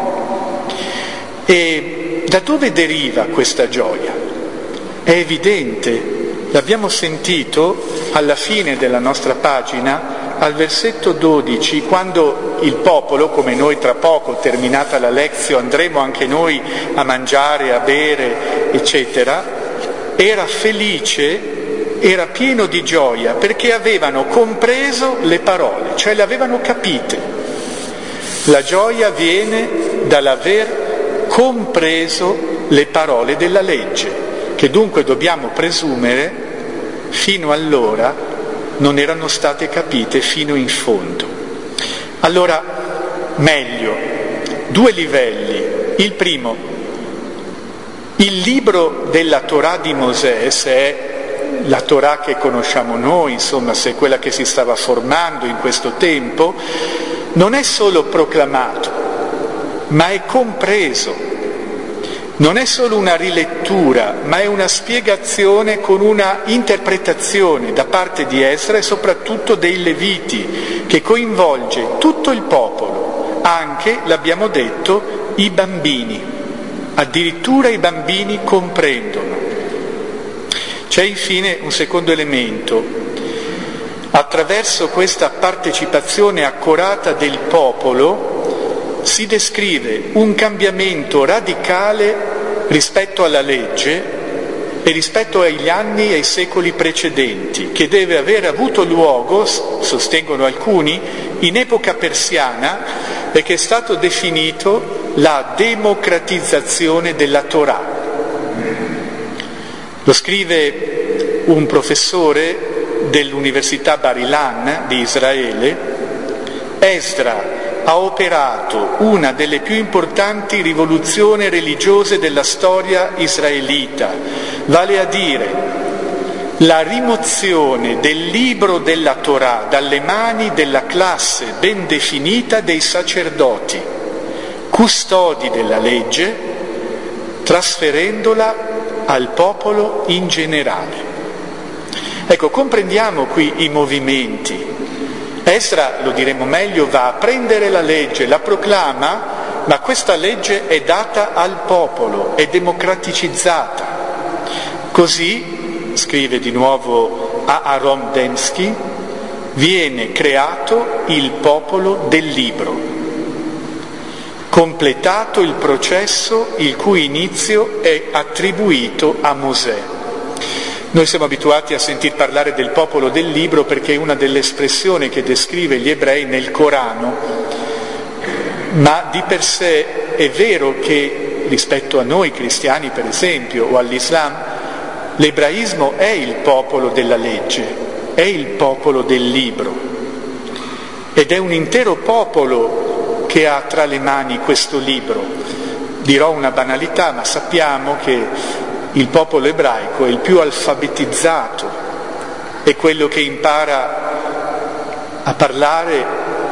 E da dove deriva questa gioia? È evidente, l'abbiamo sentito alla fine della nostra pagina, al versetto 12, quando il popolo, come noi tra poco, terminata la lezio, andremo anche noi a mangiare, a bere, eccetera, era felice, era pieno di gioia, perché avevano compreso le parole, cioè le avevano capite. La gioia viene dall'aver compreso le parole della legge, che dunque dobbiamo presumere fino allora non erano state capite fino in fondo. Allora, meglio, 2 livelli. Il primo, il libro della Torah di Mosè, se è la Torah che conosciamo noi, insomma, se è quella che si stava formando in questo tempo, non è solo proclamato, ma è compreso. Non è solo una rilettura, ma è una spiegazione con una interpretazione da parte di Esra e soprattutto dei Leviti, che coinvolge tutto il popolo, anche, l'abbiamo detto, i bambini. Addirittura i bambini comprendono. C'è infine un secondo elemento. Attraverso questa partecipazione accurata del popolo si descrive un cambiamento radicale rispetto alla legge e rispetto agli anni e ai secoli precedenti, che deve aver avuto luogo, sostengono alcuni, in epoca persiana, e che è stato definito la democratizzazione della Torah. Lo scrive un professore dell'Università Bar Ilan di Israele. Esdra ha operato una delle più importanti rivoluzioni religiose della storia israelita, vale a dire la rimozione del libro della Torah dalle mani della classe ben definita dei sacerdoti, custodi della legge, trasferendola al popolo in generale. Ecco, comprendiamo qui i movimenti. Esra, lo diremo meglio, va a prendere la legge, la proclama, ma questa legge è data al popolo, è democraticizzata. Così, scrive di nuovo Aharon Dembski, viene creato il popolo del libro, completato il processo il cui inizio è attribuito a Mosè. Noi siamo abituati a sentir parlare del popolo del libro perché è una delle espressioni che descrive gli ebrei nel Corano, ma di per sé è vero che rispetto a noi cristiani, per esempio, o all'Islam, l'ebraismo è il popolo della legge, è il popolo del libro, ed è un intero popolo che ha tra le mani questo libro. Dirò una banalità, ma sappiamo che il popolo ebraico è il più alfabetizzato, è quello che impara a parlare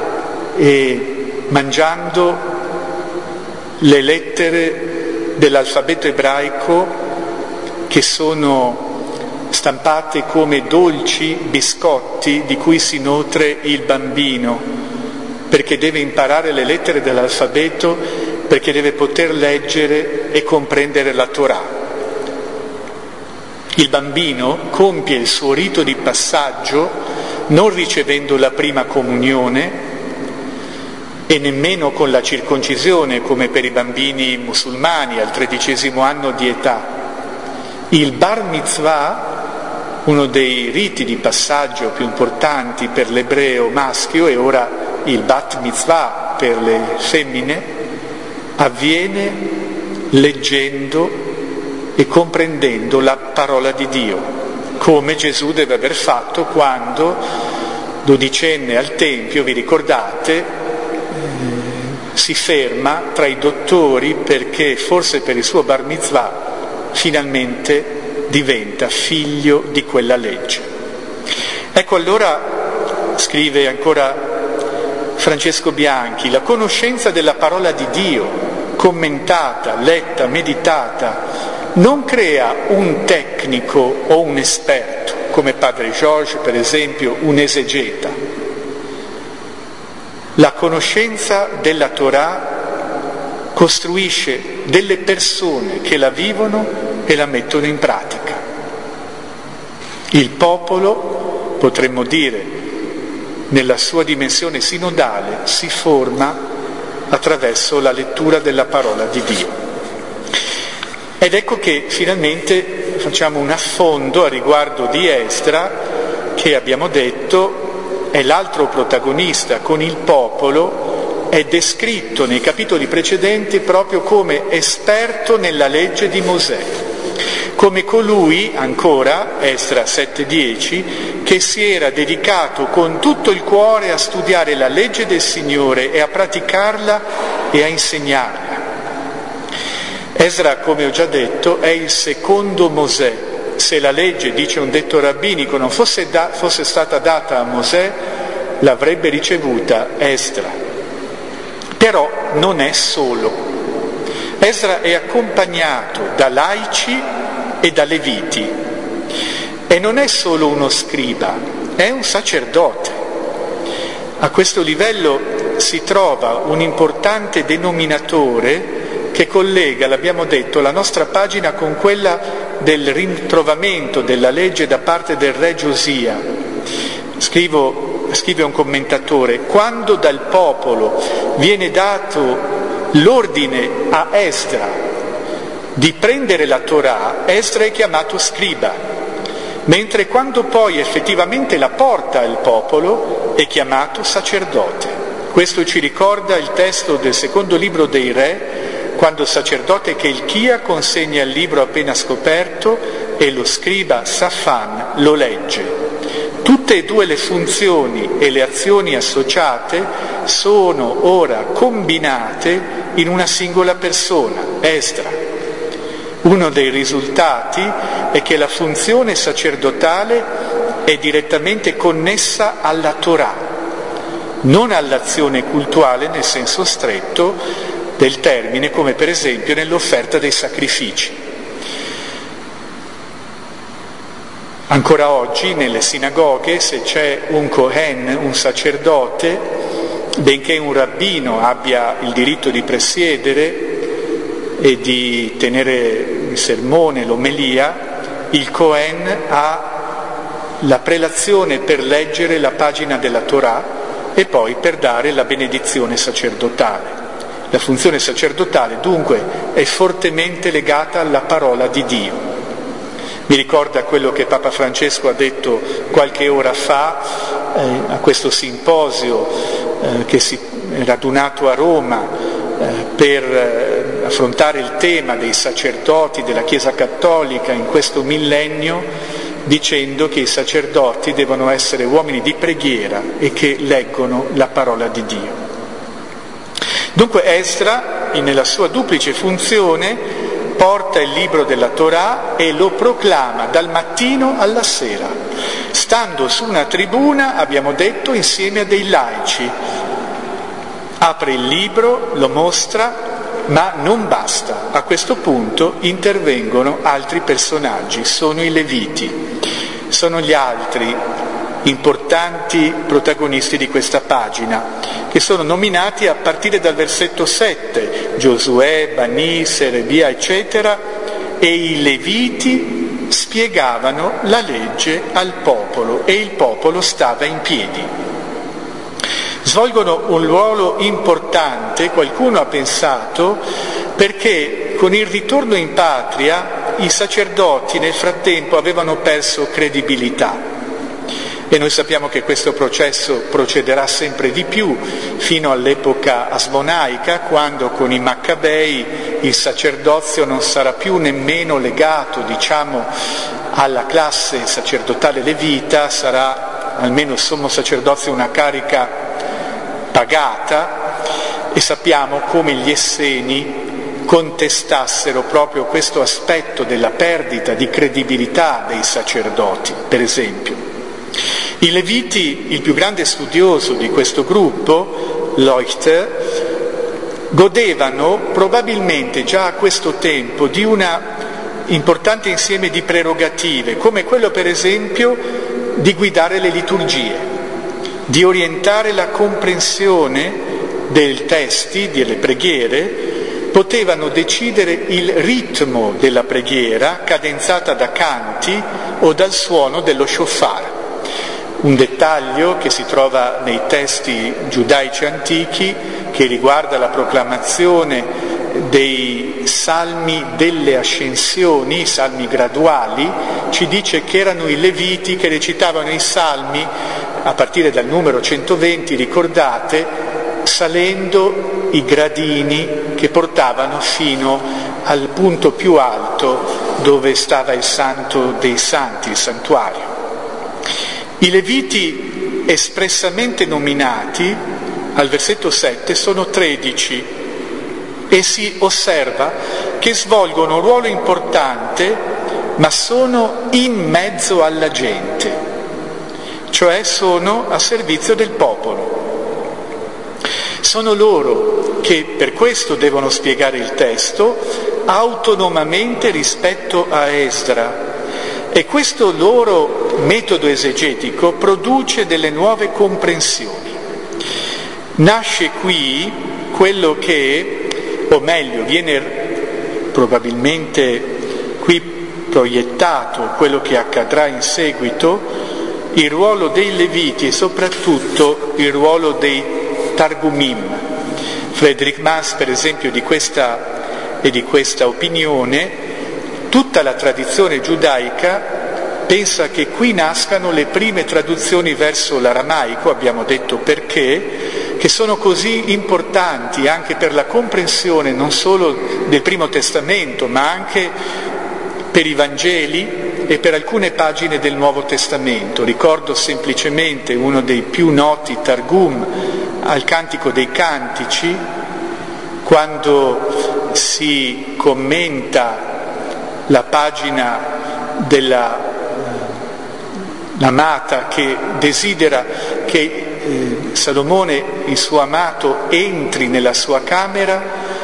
e mangiando le lettere dell'alfabeto ebraico che sono stampate come dolci biscotti di cui si nutre il bambino, perché deve imparare le lettere dell'alfabeto, perché deve poter leggere e comprendere la Torah. Il bambino compie il suo rito di passaggio non ricevendo la prima comunione e nemmeno con la circoncisione come per i bambini musulmani al 13° anno di età. Il bar mitzvah, uno dei riti di passaggio più importanti per l'ebreo maschio, e ora il bat mitzvah per le femmine, avviene leggendo e comprendendo la parola di Dio, come Gesù deve aver fatto quando, dodicenne al Tempio, vi ricordate, si ferma tra i dottori perché forse per il suo bar mitzvah finalmente diventa figlio di quella legge. Ecco, allora, scrive ancora Francesco Bianchi, la conoscenza della parola di Dio, commentata, letta, meditata, non crea un tecnico o un esperto, come padre Georges, per esempio, un esegeta. La conoscenza della Torah costruisce delle persone che la vivono e la mettono in pratica. Il popolo, potremmo dire, nella sua dimensione sinodale, si forma attraverso la lettura della parola di Dio. Ed ecco che finalmente facciamo un affondo a riguardo di Esdra, che abbiamo detto è l'altro protagonista con il popolo, è descritto nei capitoli precedenti proprio come esperto nella legge di Mosè, come colui, ancora, Esdra 7,10, che si era dedicato con tutto il cuore a studiare la legge del Signore e a praticarla e a insegnarla. Esdra, come ho già detto, è il secondo Mosè. Se la legge, dice un detto rabbinico, non fosse stata data a Mosè, l'avrebbe ricevuta Esdra. Però non è solo. Esdra è accompagnato da laici e da leviti. E non è solo uno scriba, è un sacerdote. A questo livello si trova un importante denominatore che collega, l'abbiamo detto, la nostra pagina con quella del ritrovamento della legge da parte del re Giosia. Scrive un commentatore, quando dal popolo viene dato l'ordine a Esdra di prendere la Torah, Esdra è chiamato scriba, mentre quando poi effettivamente la porta al popolo è chiamato sacerdote. Questo ci ricorda il testo del secondo libro dei Re, quando il sacerdote Chelchia consegna il libro appena scoperto e lo scriba Safan lo legge. Tutte e due le funzioni e le azioni associate sono ora combinate in una singola persona, Esdra. Uno dei risultati è che la funzione sacerdotale è direttamente connessa alla Torah, non all'azione cultuale nel senso stretto del termine, come per esempio nell'offerta dei sacrifici. Ancora oggi nelle sinagoghe, se c'è un Kohen, un sacerdote, benché un rabbino abbia il diritto di presiedere e di tenere il sermone, l'omelia, il Kohen ha la prelazione per leggere la pagina della Torah e poi per dare la benedizione sacerdotale. La funzione sacerdotale dunque è fortemente legata alla parola di Dio. Mi ricorda quello che Papa Francesco ha detto qualche ora fa a questo simposio che si è radunato a Roma per affrontare il tema dei sacerdoti della Chiesa Cattolica in questo millennio, dicendo che i sacerdoti devono essere uomini di preghiera e che leggono la parola di Dio. Dunque Esdra, nella sua duplice funzione, porta il libro della Torah e lo proclama dal mattino alla sera, stando su una tribuna, abbiamo detto, insieme a dei laici. Apre il libro, lo mostra, ma non basta. A questo punto intervengono altri personaggi, sono i Leviti, sono gli altri importanti protagonisti di questa pagina, che sono nominati a partire dal versetto 7, Giosuè, Bani, Serebia, eccetera, e i Leviti spiegavano la legge al popolo e il popolo stava in piedi. Svolgono un ruolo importante, qualcuno ha pensato, perché con il ritorno in patria i sacerdoti nel frattempo avevano perso credibilità. E noi sappiamo che questo processo procederà sempre di più fino all'epoca asmonaica, quando con i Maccabei il sacerdozio non sarà più nemmeno legato, alla classe sacerdotale levita, sarà almeno il sommo sacerdozio una carica pagata, e sappiamo come gli Esseni contestassero proprio questo aspetto della perdita di credibilità dei sacerdoti, per esempio. I Leviti, il più grande studioso di questo gruppo, Leuchter, godevano probabilmente già a questo tempo di un importante insieme di prerogative, come quello per esempio di guidare le liturgie, di orientare la comprensione dei testi, delle preghiere, potevano decidere il ritmo della preghiera cadenzata da canti o dal suono dello shofar. Un dettaglio che si trova nei testi giudaici antichi, che riguarda la proclamazione dei salmi delle ascensioni, i salmi graduali, ci dice che erano i Leviti che recitavano i salmi a partire dal numero 120, ricordate, salendo i gradini che portavano fino al punto più alto dove stava il Santo dei Santi, il santuario. I Leviti espressamente nominati al versetto 7 sono 13 e si osserva che svolgono un ruolo importante, ma sono in mezzo alla gente, cioè sono a servizio del popolo. Sono loro che per questo devono spiegare il testo autonomamente rispetto a Esdra. E questo loro metodo esegetico produce delle nuove comprensioni. Nasce qui quello che, o meglio, viene probabilmente qui proiettato quello che accadrà in seguito, il ruolo dei Leviti e soprattutto il ruolo dei Targumim. Friedrich Maass, per esempio, di questa opinione. Tutta la tradizione giudaica pensa che qui nascano le prime traduzioni verso l'aramaico, abbiamo detto perché, che sono così importanti anche per la comprensione non solo del Primo Testamento, ma anche per i Vangeli e per alcune pagine del Nuovo Testamento. Ricordo semplicemente uno dei più noti Targum al Cantico dei Cantici, quando si commenta la pagina dell'amata che desidera che Salomone, il suo amato, entri nella sua camera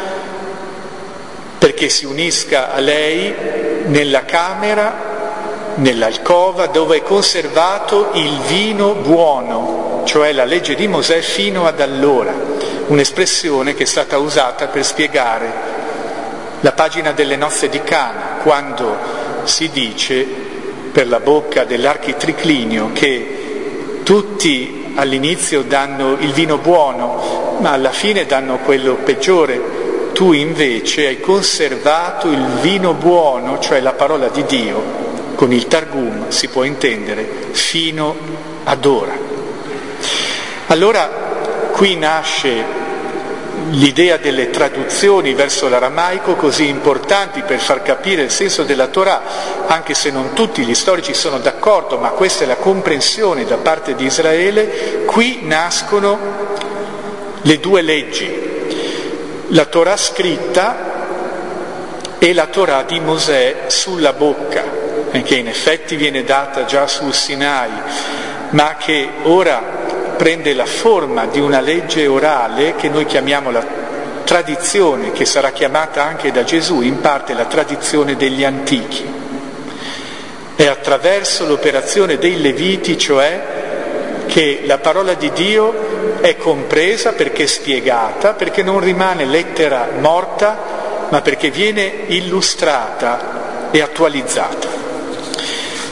perché si unisca a lei nella camera, nell'alcova dove è conservato il vino buono, cioè la legge di Mosè fino ad allora, un'espressione che è stata usata per spiegare la pagina delle nozze di Cana, quando si dice per la bocca dell'architriclinio che tutti all'inizio danno il vino buono, ma alla fine danno quello peggiore. Tu invece hai conservato il vino buono, cioè la parola di Dio, con il Targum si può intendere, fino ad ora. Allora qui nasce l'idea delle traduzioni verso l'aramaico, così importanti per far capire il senso della Torah, anche se non tutti gli storici sono d'accordo, ma questa è la comprensione da parte di Israele. Qui nascono le due leggi, la Torah scritta e la Torah di Mosè sulla bocca, che in effetti viene data già sul Sinai, ma che ora prende la forma di una legge orale che noi chiamiamo la tradizione, che sarà chiamata anche da Gesù in parte la tradizione degli antichi. È attraverso l'operazione dei Leviti, cioè, che la parola di Dio è compresa, perché è spiegata, perché non rimane lettera morta, ma perché viene illustrata e attualizzata.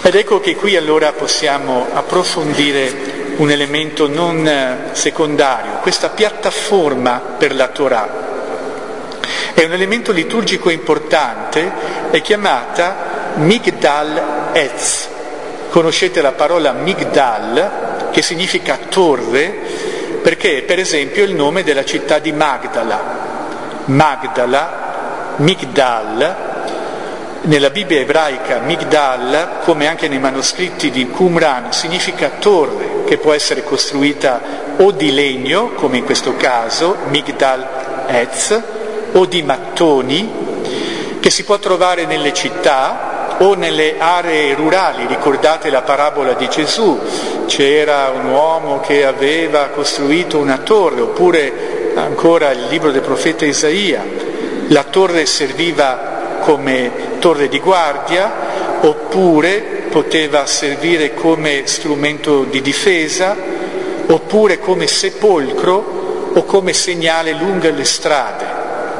Ed ecco che qui allora possiamo approfondire un elemento non secondario, questa piattaforma per la Torah. È un elemento liturgico importante, è chiamata Migdal Etz. Conoscete la parola Migdal, che significa torre, perché per esempio è il nome della città di Magdala. Magdala, Migdal, nella Bibbia ebraica Migdal, come anche nei manoscritti di Qumran, significa torre, che può essere costruita o di legno, come in questo caso, Migdal Etz, o di mattoni, che si può trovare nelle città o nelle aree rurali. Ricordate la parabola di Gesù, c'era un uomo che aveva costruito una torre, oppure ancora il libro del profeta Isaia, la torre serviva come torre di guardia, oppure poteva servire come strumento di difesa, oppure come sepolcro o come segnale lungo le strade.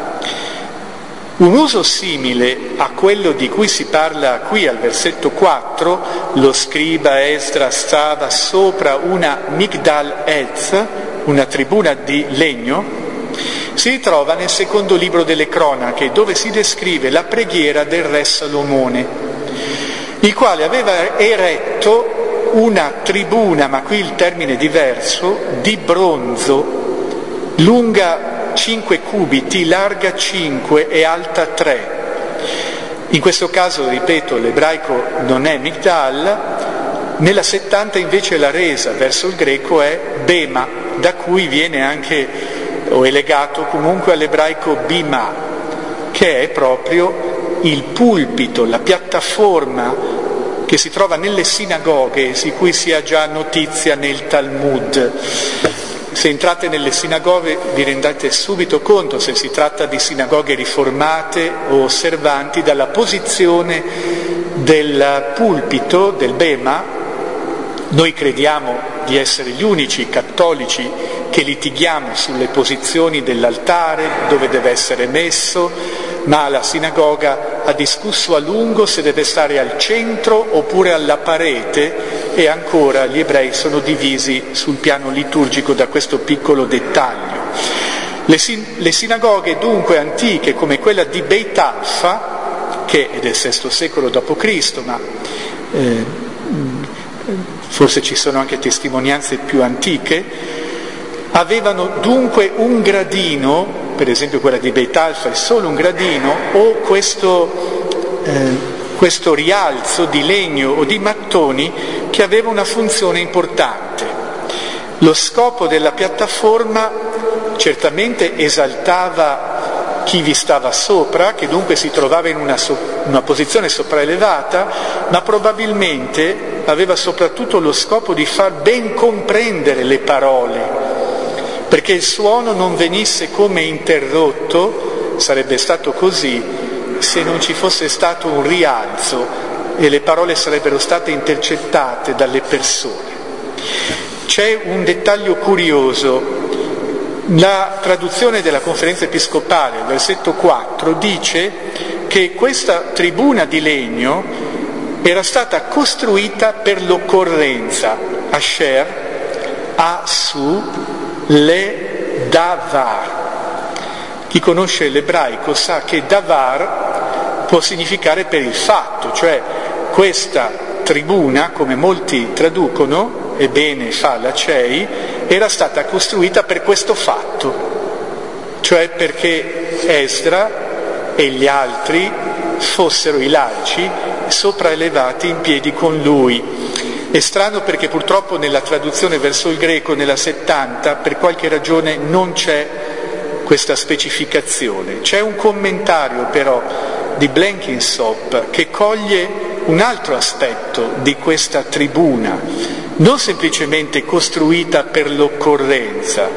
Un uso simile a quello di cui si parla qui al versetto 4, lo scriba Esdra stava sopra una Migdal Etz, una tribuna di legno, si ritrova nel secondo libro delle cronache, dove si descrive la preghiera del re Salomone, il quale aveva eretto una tribuna, ma qui il termine è diverso, di bronzo, lunga 5 cubiti, larga 5 e alta 3. In questo caso, ripeto, l'ebraico non è Migdal, nella 70 invece la resa verso il greco è Bema, da cui viene anche, o è legato comunque all'ebraico Bima, che è proprio il pulpito, la piattaforma che si trova nelle sinagoghe, di cui si ha già notizia nel Talmud. Se entrate nelle sinagoghe vi rendete subito conto, se si tratta di sinagoghe riformate o osservanti, dalla posizione del pulpito, del bema. Noi crediamo di essere gli unici cattolici che litighiamo sulle posizioni dell'altare, dove deve essere messo, ma la sinagoga ha discusso a lungo se deve stare al centro oppure alla parete, e ancora gli ebrei sono divisi sul piano liturgico da questo piccolo dettaglio. Le sinagoghe dunque antiche, come quella di Beit Alfa, che è del VI secolo d.C., ma forse ci sono anche testimonianze più antiche, avevano dunque un gradino, per esempio quella di Beit Alfa è solo un gradino, o questo rialzo di legno o di mattoni che aveva una funzione importante. Lo scopo della piattaforma certamente esaltava chi vi stava sopra, che dunque si trovava in una posizione sopraelevata, ma probabilmente aveva soprattutto lo scopo di far ben comprendere le parole, perché il suono non venisse come interrotto. Sarebbe stato così se non ci fosse stato un rialzo e le parole sarebbero state intercettate dalle persone. C'è un dettaglio curioso. La traduzione della Conferenza Episcopale, versetto 4, dice che questa tribuna di legno era stata costruita per l'occorrenza, Asher, Asu, Le Davar. Chi conosce l'ebraico sa che Davar può significare per il fatto, cioè questa tribuna, come molti traducono, e bene fa la CEI, era stata costruita per questo fatto, cioè perché Esdra e gli altri fossero i laici sopraelevati in piedi con lui. È strano perché purtroppo nella traduzione verso il greco, nella 70, per qualche ragione non c'è questa specificazione. C'è un commentario però di Blenkinsop che coglie un altro aspetto di questa tribuna, non semplicemente costruita per l'occorrenza,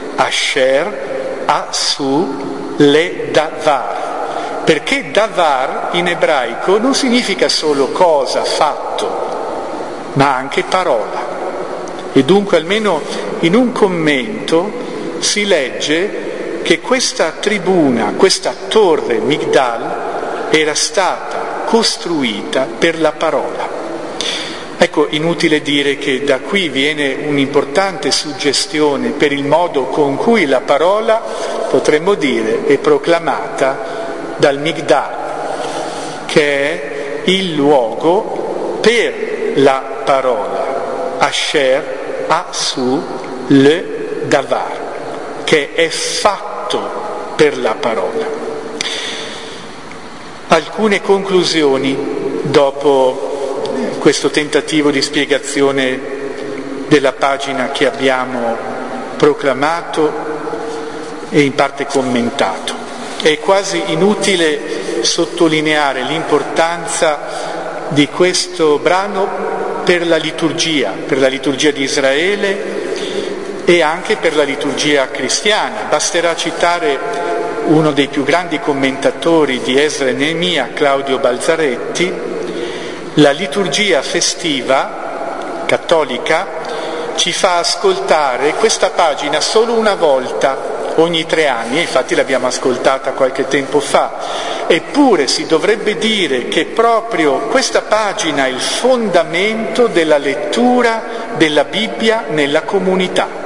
Asher, Asu, Le Davar, perché Davar in ebraico non significa solo cosa, fatto, ma anche parola. E dunque almeno in un commento si legge che questa tribuna, questa torre Migdal, era stata costruita per la parola. Ecco, inutile dire che da qui viene un'importante suggestione per il modo con cui la parola, potremmo dire, è proclamata dal Migdal, che è il luogo per la parola, Asher Asu le Davar, che è fatto per la parola. Alcune conclusioni dopo questo tentativo di spiegazione della pagina che abbiamo proclamato e in parte commentato. È quasi inutile sottolineare l'importanza di questo brano per la liturgia di Israele e anche per la liturgia cristiana. Basterà citare uno dei più grandi commentatori di Esra e Neemia, Claudio Balzaretti. La liturgia festiva cattolica ci fa ascoltare questa pagina solo una volta ogni 3 anni, infatti l'abbiamo ascoltata qualche tempo fa, eppure si dovrebbe dire che proprio questa pagina è il fondamento della lettura della Bibbia nella comunità.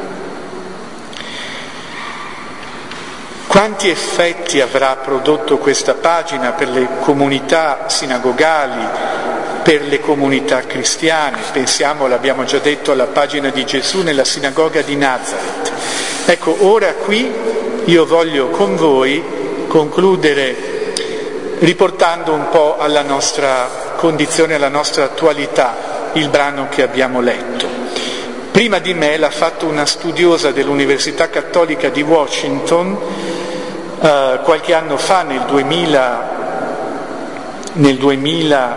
Quanti effetti avrà prodotto questa pagina per le comunità sinagogali, per le comunità cristiane? Pensiamo, l'abbiamo già detto, alla pagina di Gesù nella sinagoga di Nazareth. Ecco, ora qui io voglio con voi concludere riportando un po' alla nostra condizione, alla nostra attualità, il brano che abbiamo letto. Prima di me l'ha fatto una studiosa dell'Università Cattolica di Washington qualche anno fa, nel 2000,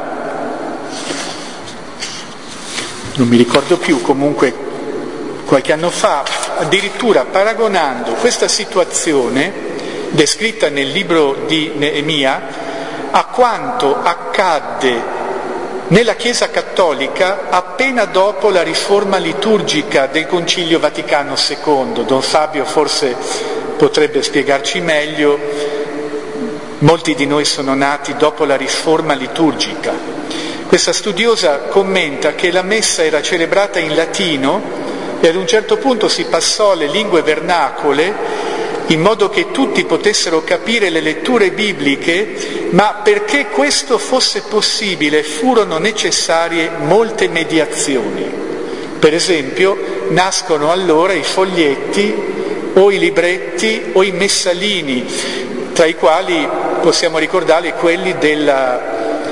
non mi ricordo più, comunque qualche anno fa, addirittura paragonando questa situazione descritta nel libro di Neemia a quanto accadde nella Chiesa Cattolica appena dopo la riforma liturgica del Concilio Vaticano II. Don Fabio forse potrebbe spiegarci meglio, molti di noi sono nati dopo la riforma liturgica. Questa studiosa commenta che la messa era celebrata in latino e ad un certo punto si passò alle lingue vernacole in modo che tutti potessero capire le letture bibliche, ma perché questo fosse possibile furono necessarie molte mediazioni. Per esempio, nascono allora i foglietti o i libretti o i messalini, tra i quali possiamo ricordare quelli della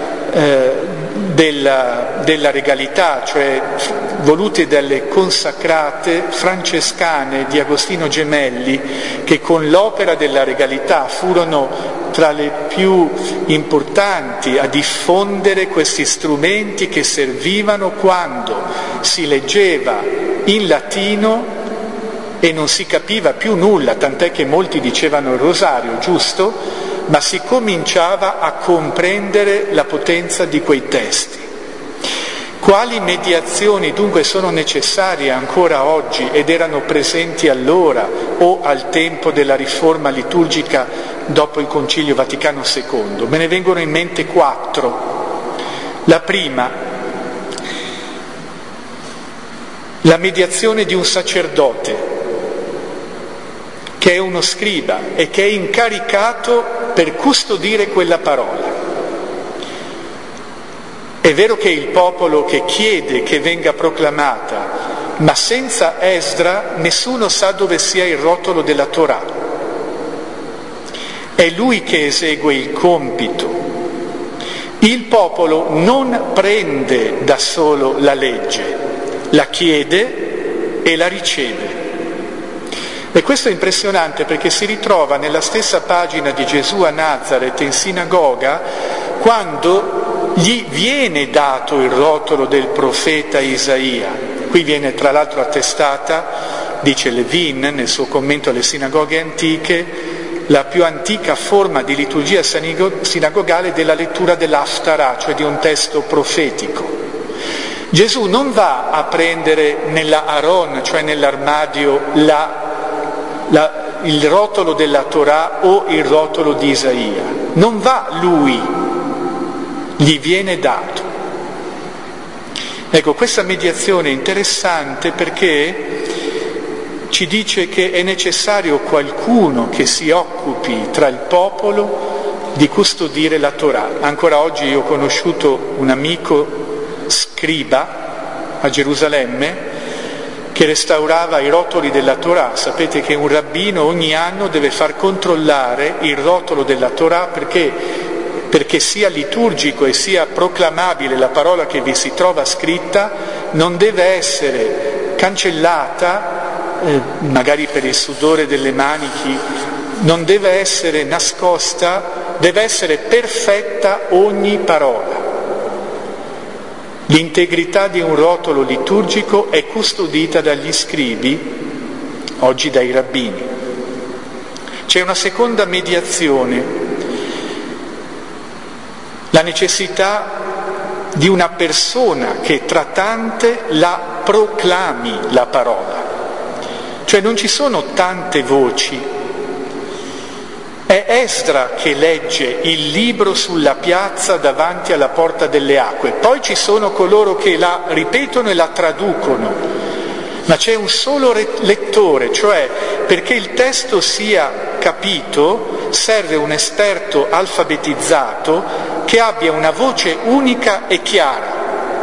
regalità, cioè voluti dalle consacrate francescane di Agostino Gemelli, che con l'opera della regalità furono tra le più importanti a diffondere questi strumenti che servivano quando si leggeva in latino e non si capiva più nulla, tant'è che molti dicevano il rosario, giusto? Ma si cominciava a comprendere la potenza di quei testi. Quali mediazioni dunque sono necessarie ancora oggi ed erano presenti allora o al tempo della riforma liturgica dopo il Concilio Vaticano II? Me ne vengono in mente 4. La prima, la mediazione di un sacerdote, che è uno scriba e che è incaricato per custodire quella parola. È vero che è il popolo che chiede che venga proclamata, ma senza Esdra nessuno sa dove sia il rotolo della Torah. È lui che esegue il compito. Il popolo non prende da solo la legge, la chiede e la riceve. E questo è impressionante perché si ritrova nella stessa pagina di Gesù a Nazareth in sinagoga, quando gli viene dato il rotolo del profeta Isaia. Qui viene tra l'altro attestata, dice Levin nel suo commento alle sinagoghe antiche, la più antica forma di liturgia sinagogale della lettura dell'Haftarah, cioè di un testo profetico. Gesù non va a prendere nella Aron, cioè nell'armadio, il rotolo della Torah o il rotolo di Isaia. Non va lui, gli viene dato. Ecco, questa mediazione è interessante perché ci dice che è necessario qualcuno che si occupi tra il popolo di custodire la Torah. Ancora oggi io ho conosciuto un amico scriba a Gerusalemme che restaurava i rotoli della Torah. Sapete che un rabbino ogni anno deve far controllare il rotolo della Torah perché sia liturgico e sia proclamabile la parola che vi si trova scritta, non deve essere cancellata, magari per il sudore delle maniche, non deve essere nascosta, deve essere perfetta ogni parola. L'integrità di un rotolo liturgico è custodita dagli scribi, oggi dai rabbini. C'è una seconda mediazione, la necessità di una persona che tra tante la proclami la parola. Cioè non ci sono tante voci, è Esdra che legge il libro sulla piazza davanti alla porta delle acque, poi ci sono coloro che la ripetono e la traducono, ma c'è un solo lettore, cioè perché il testo sia capito serve un esperto alfabetizzato che abbia una voce unica e chiara.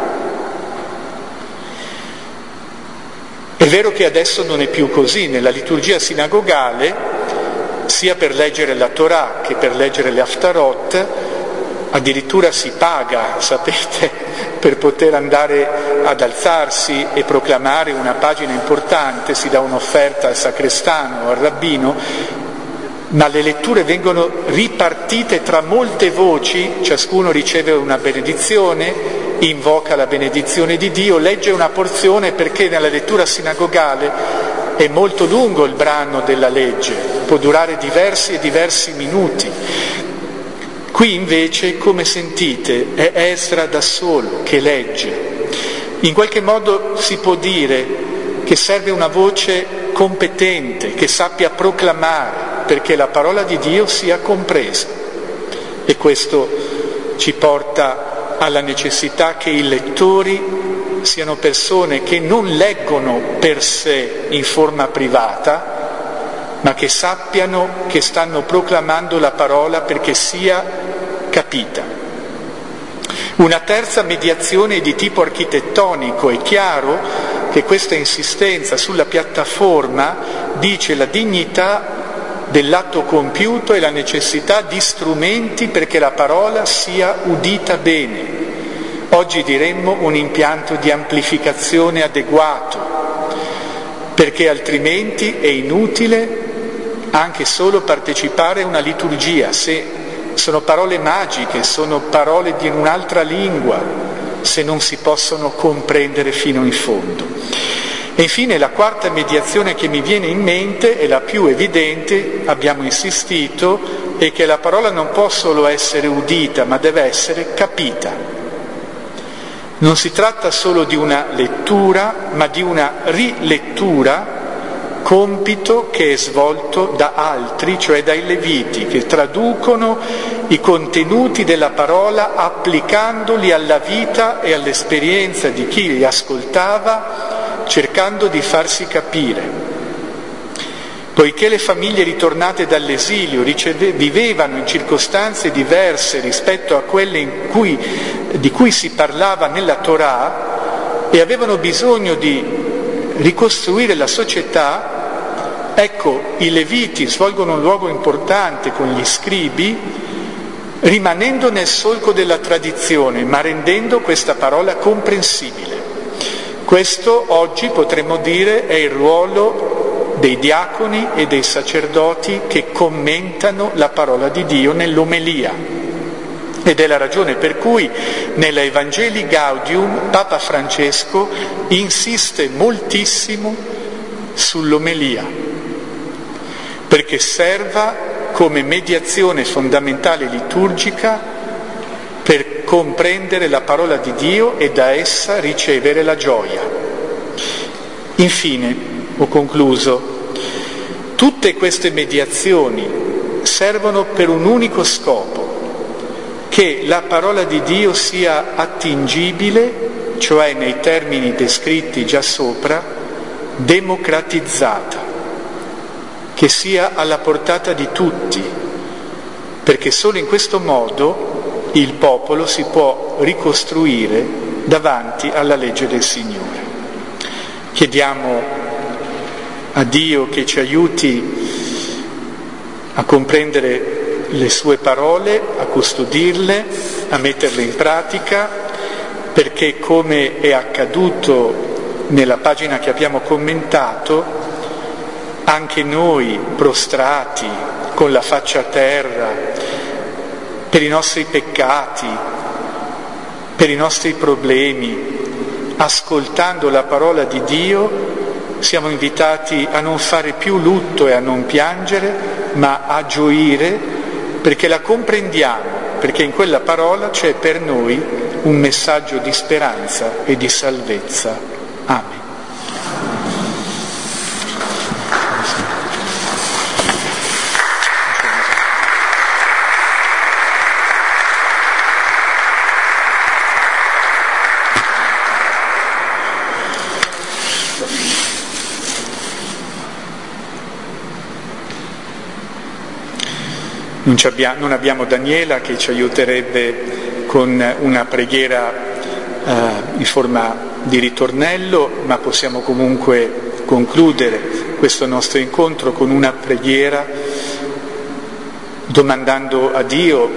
È vero che adesso non è più così, nella liturgia sinagogale, sia per leggere la Torah che per leggere le Haftarot, addirittura si paga, sapete, per poter andare ad alzarsi e proclamare una pagina importante, si dà un'offerta al sacrestano o al rabbino, ma le letture vengono ripartite tra molte voci, ciascuno riceve una benedizione, invoca la benedizione di Dio, legge una porzione perché nella lettura sinagogale è molto lungo il brano della legge, può durare diversi e diversi minuti. Qui invece, come sentite, è Esdra da solo che legge. In qualche modo si può dire che serve una voce competente, che sappia proclamare, perché la parola di Dio sia compresa. E questo ci porta alla necessità che i lettori siano persone che non leggono per sé in forma privata, ma che sappiano che stanno proclamando la parola perché sia capita. Una terza mediazione di tipo architettonico. È chiaro che questa insistenza sulla piattaforma dice la dignità dell'atto compiuto e la necessità di strumenti perché la parola sia udita bene. Oggi diremmo un impianto di amplificazione adeguato, perché altrimenti è inutile anche solo partecipare a una liturgia, se sono parole magiche, sono parole di un'altra lingua, se non si possono comprendere fino in fondo. E infine la quarta mediazione che mi viene in mente è la più evidente, abbiamo insistito, è che la parola non può solo essere udita, ma deve essere capita. Non si tratta solo di una lettura, ma di una rilettura, compito che è svolto da altri, cioè dai Leviti, che traducono i contenuti della parola applicandoli alla vita e all'esperienza di chi li ascoltava, cercando di farsi capire. Poiché le famiglie ritornate dall'esilio vivevano in circostanze diverse rispetto a quelle di cui si parlava nella Torah e avevano bisogno di ricostruire la società, ecco, i Leviti svolgono un ruolo importante con gli scribi, rimanendo nel solco della tradizione, ma rendendo questa parola comprensibile. Questo oggi potremmo dire è il ruolo dei diaconi e dei sacerdoti che commentano la parola di Dio nell'omelia. Ed è la ragione per cui nella Evangelii Gaudium Papa Francesco insiste moltissimo sull'omelia, perché serva come mediazione fondamentale liturgica per comprendere la parola di Dio e da essa ricevere la gioia. Infine, ho concluso, tutte queste mediazioni servono per un unico scopo, che la parola di Dio sia attingibile cioè nei termini descritti già sopra, democratizzata, che sia alla portata di tutti, perché solo in questo modo il popolo si può ricostruire davanti alla legge del Signore. Chiediamo a Dio che ci aiuti a comprendere le sue parole, a custodirle, a metterle in pratica, perché come è accaduto nella pagina che abbiamo commentato, anche noi prostrati, con la faccia a terra, per i nostri peccati, per i nostri problemi, ascoltando la parola di Dio, siamo invitati a non fare più lutto e a non piangere, ma a gioire, perché la comprendiamo, perché in quella parola c'è per noi un messaggio di speranza e di salvezza. Amen. Non abbiamo Daniela che ci aiuterebbe con una preghiera in forma di ritornello, ma possiamo comunque concludere questo nostro incontro con una preghiera domandando a Dio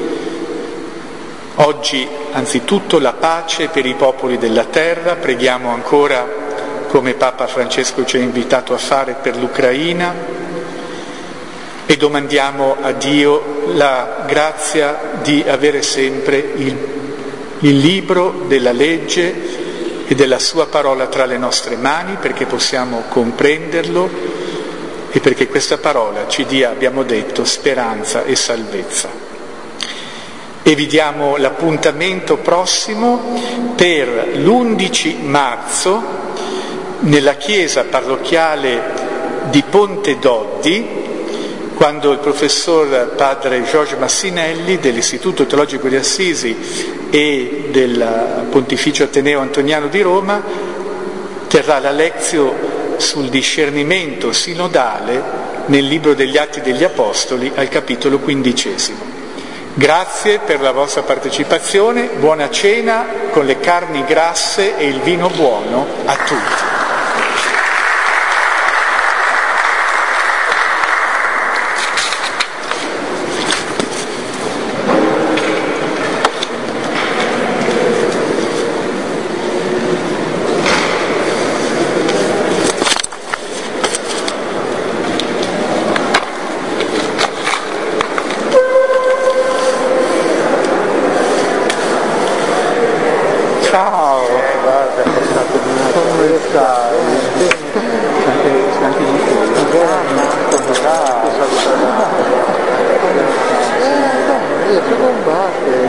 oggi anzitutto la pace per i popoli della terra. Preghiamo ancora, come Papa Francesco ci ha invitato a fare, per l'Ucraina, e domandiamo a Dio la grazia di avere sempre il libro della legge e della sua parola tra le nostre mani, perché possiamo comprenderlo e perché questa parola ci dia, abbiamo detto, speranza e salvezza. E vi diamo l'appuntamento prossimo per l'11 marzo nella chiesa parrocchiale di Ponte Doddi, quando il professor padre Giorgio Massinelli dell'Istituto Teologico di Assisi e del Pontificio Ateneo Antoniano di Roma terrà la lezione sul discernimento sinodale nel libro degli Atti degli Apostoli al capitolo 15. Grazie per la vostra partecipazione, buona cena con le carni grasse e il vino buono a tutti. Ciao, guarda, come stai? Anche di te. Io sono combattere.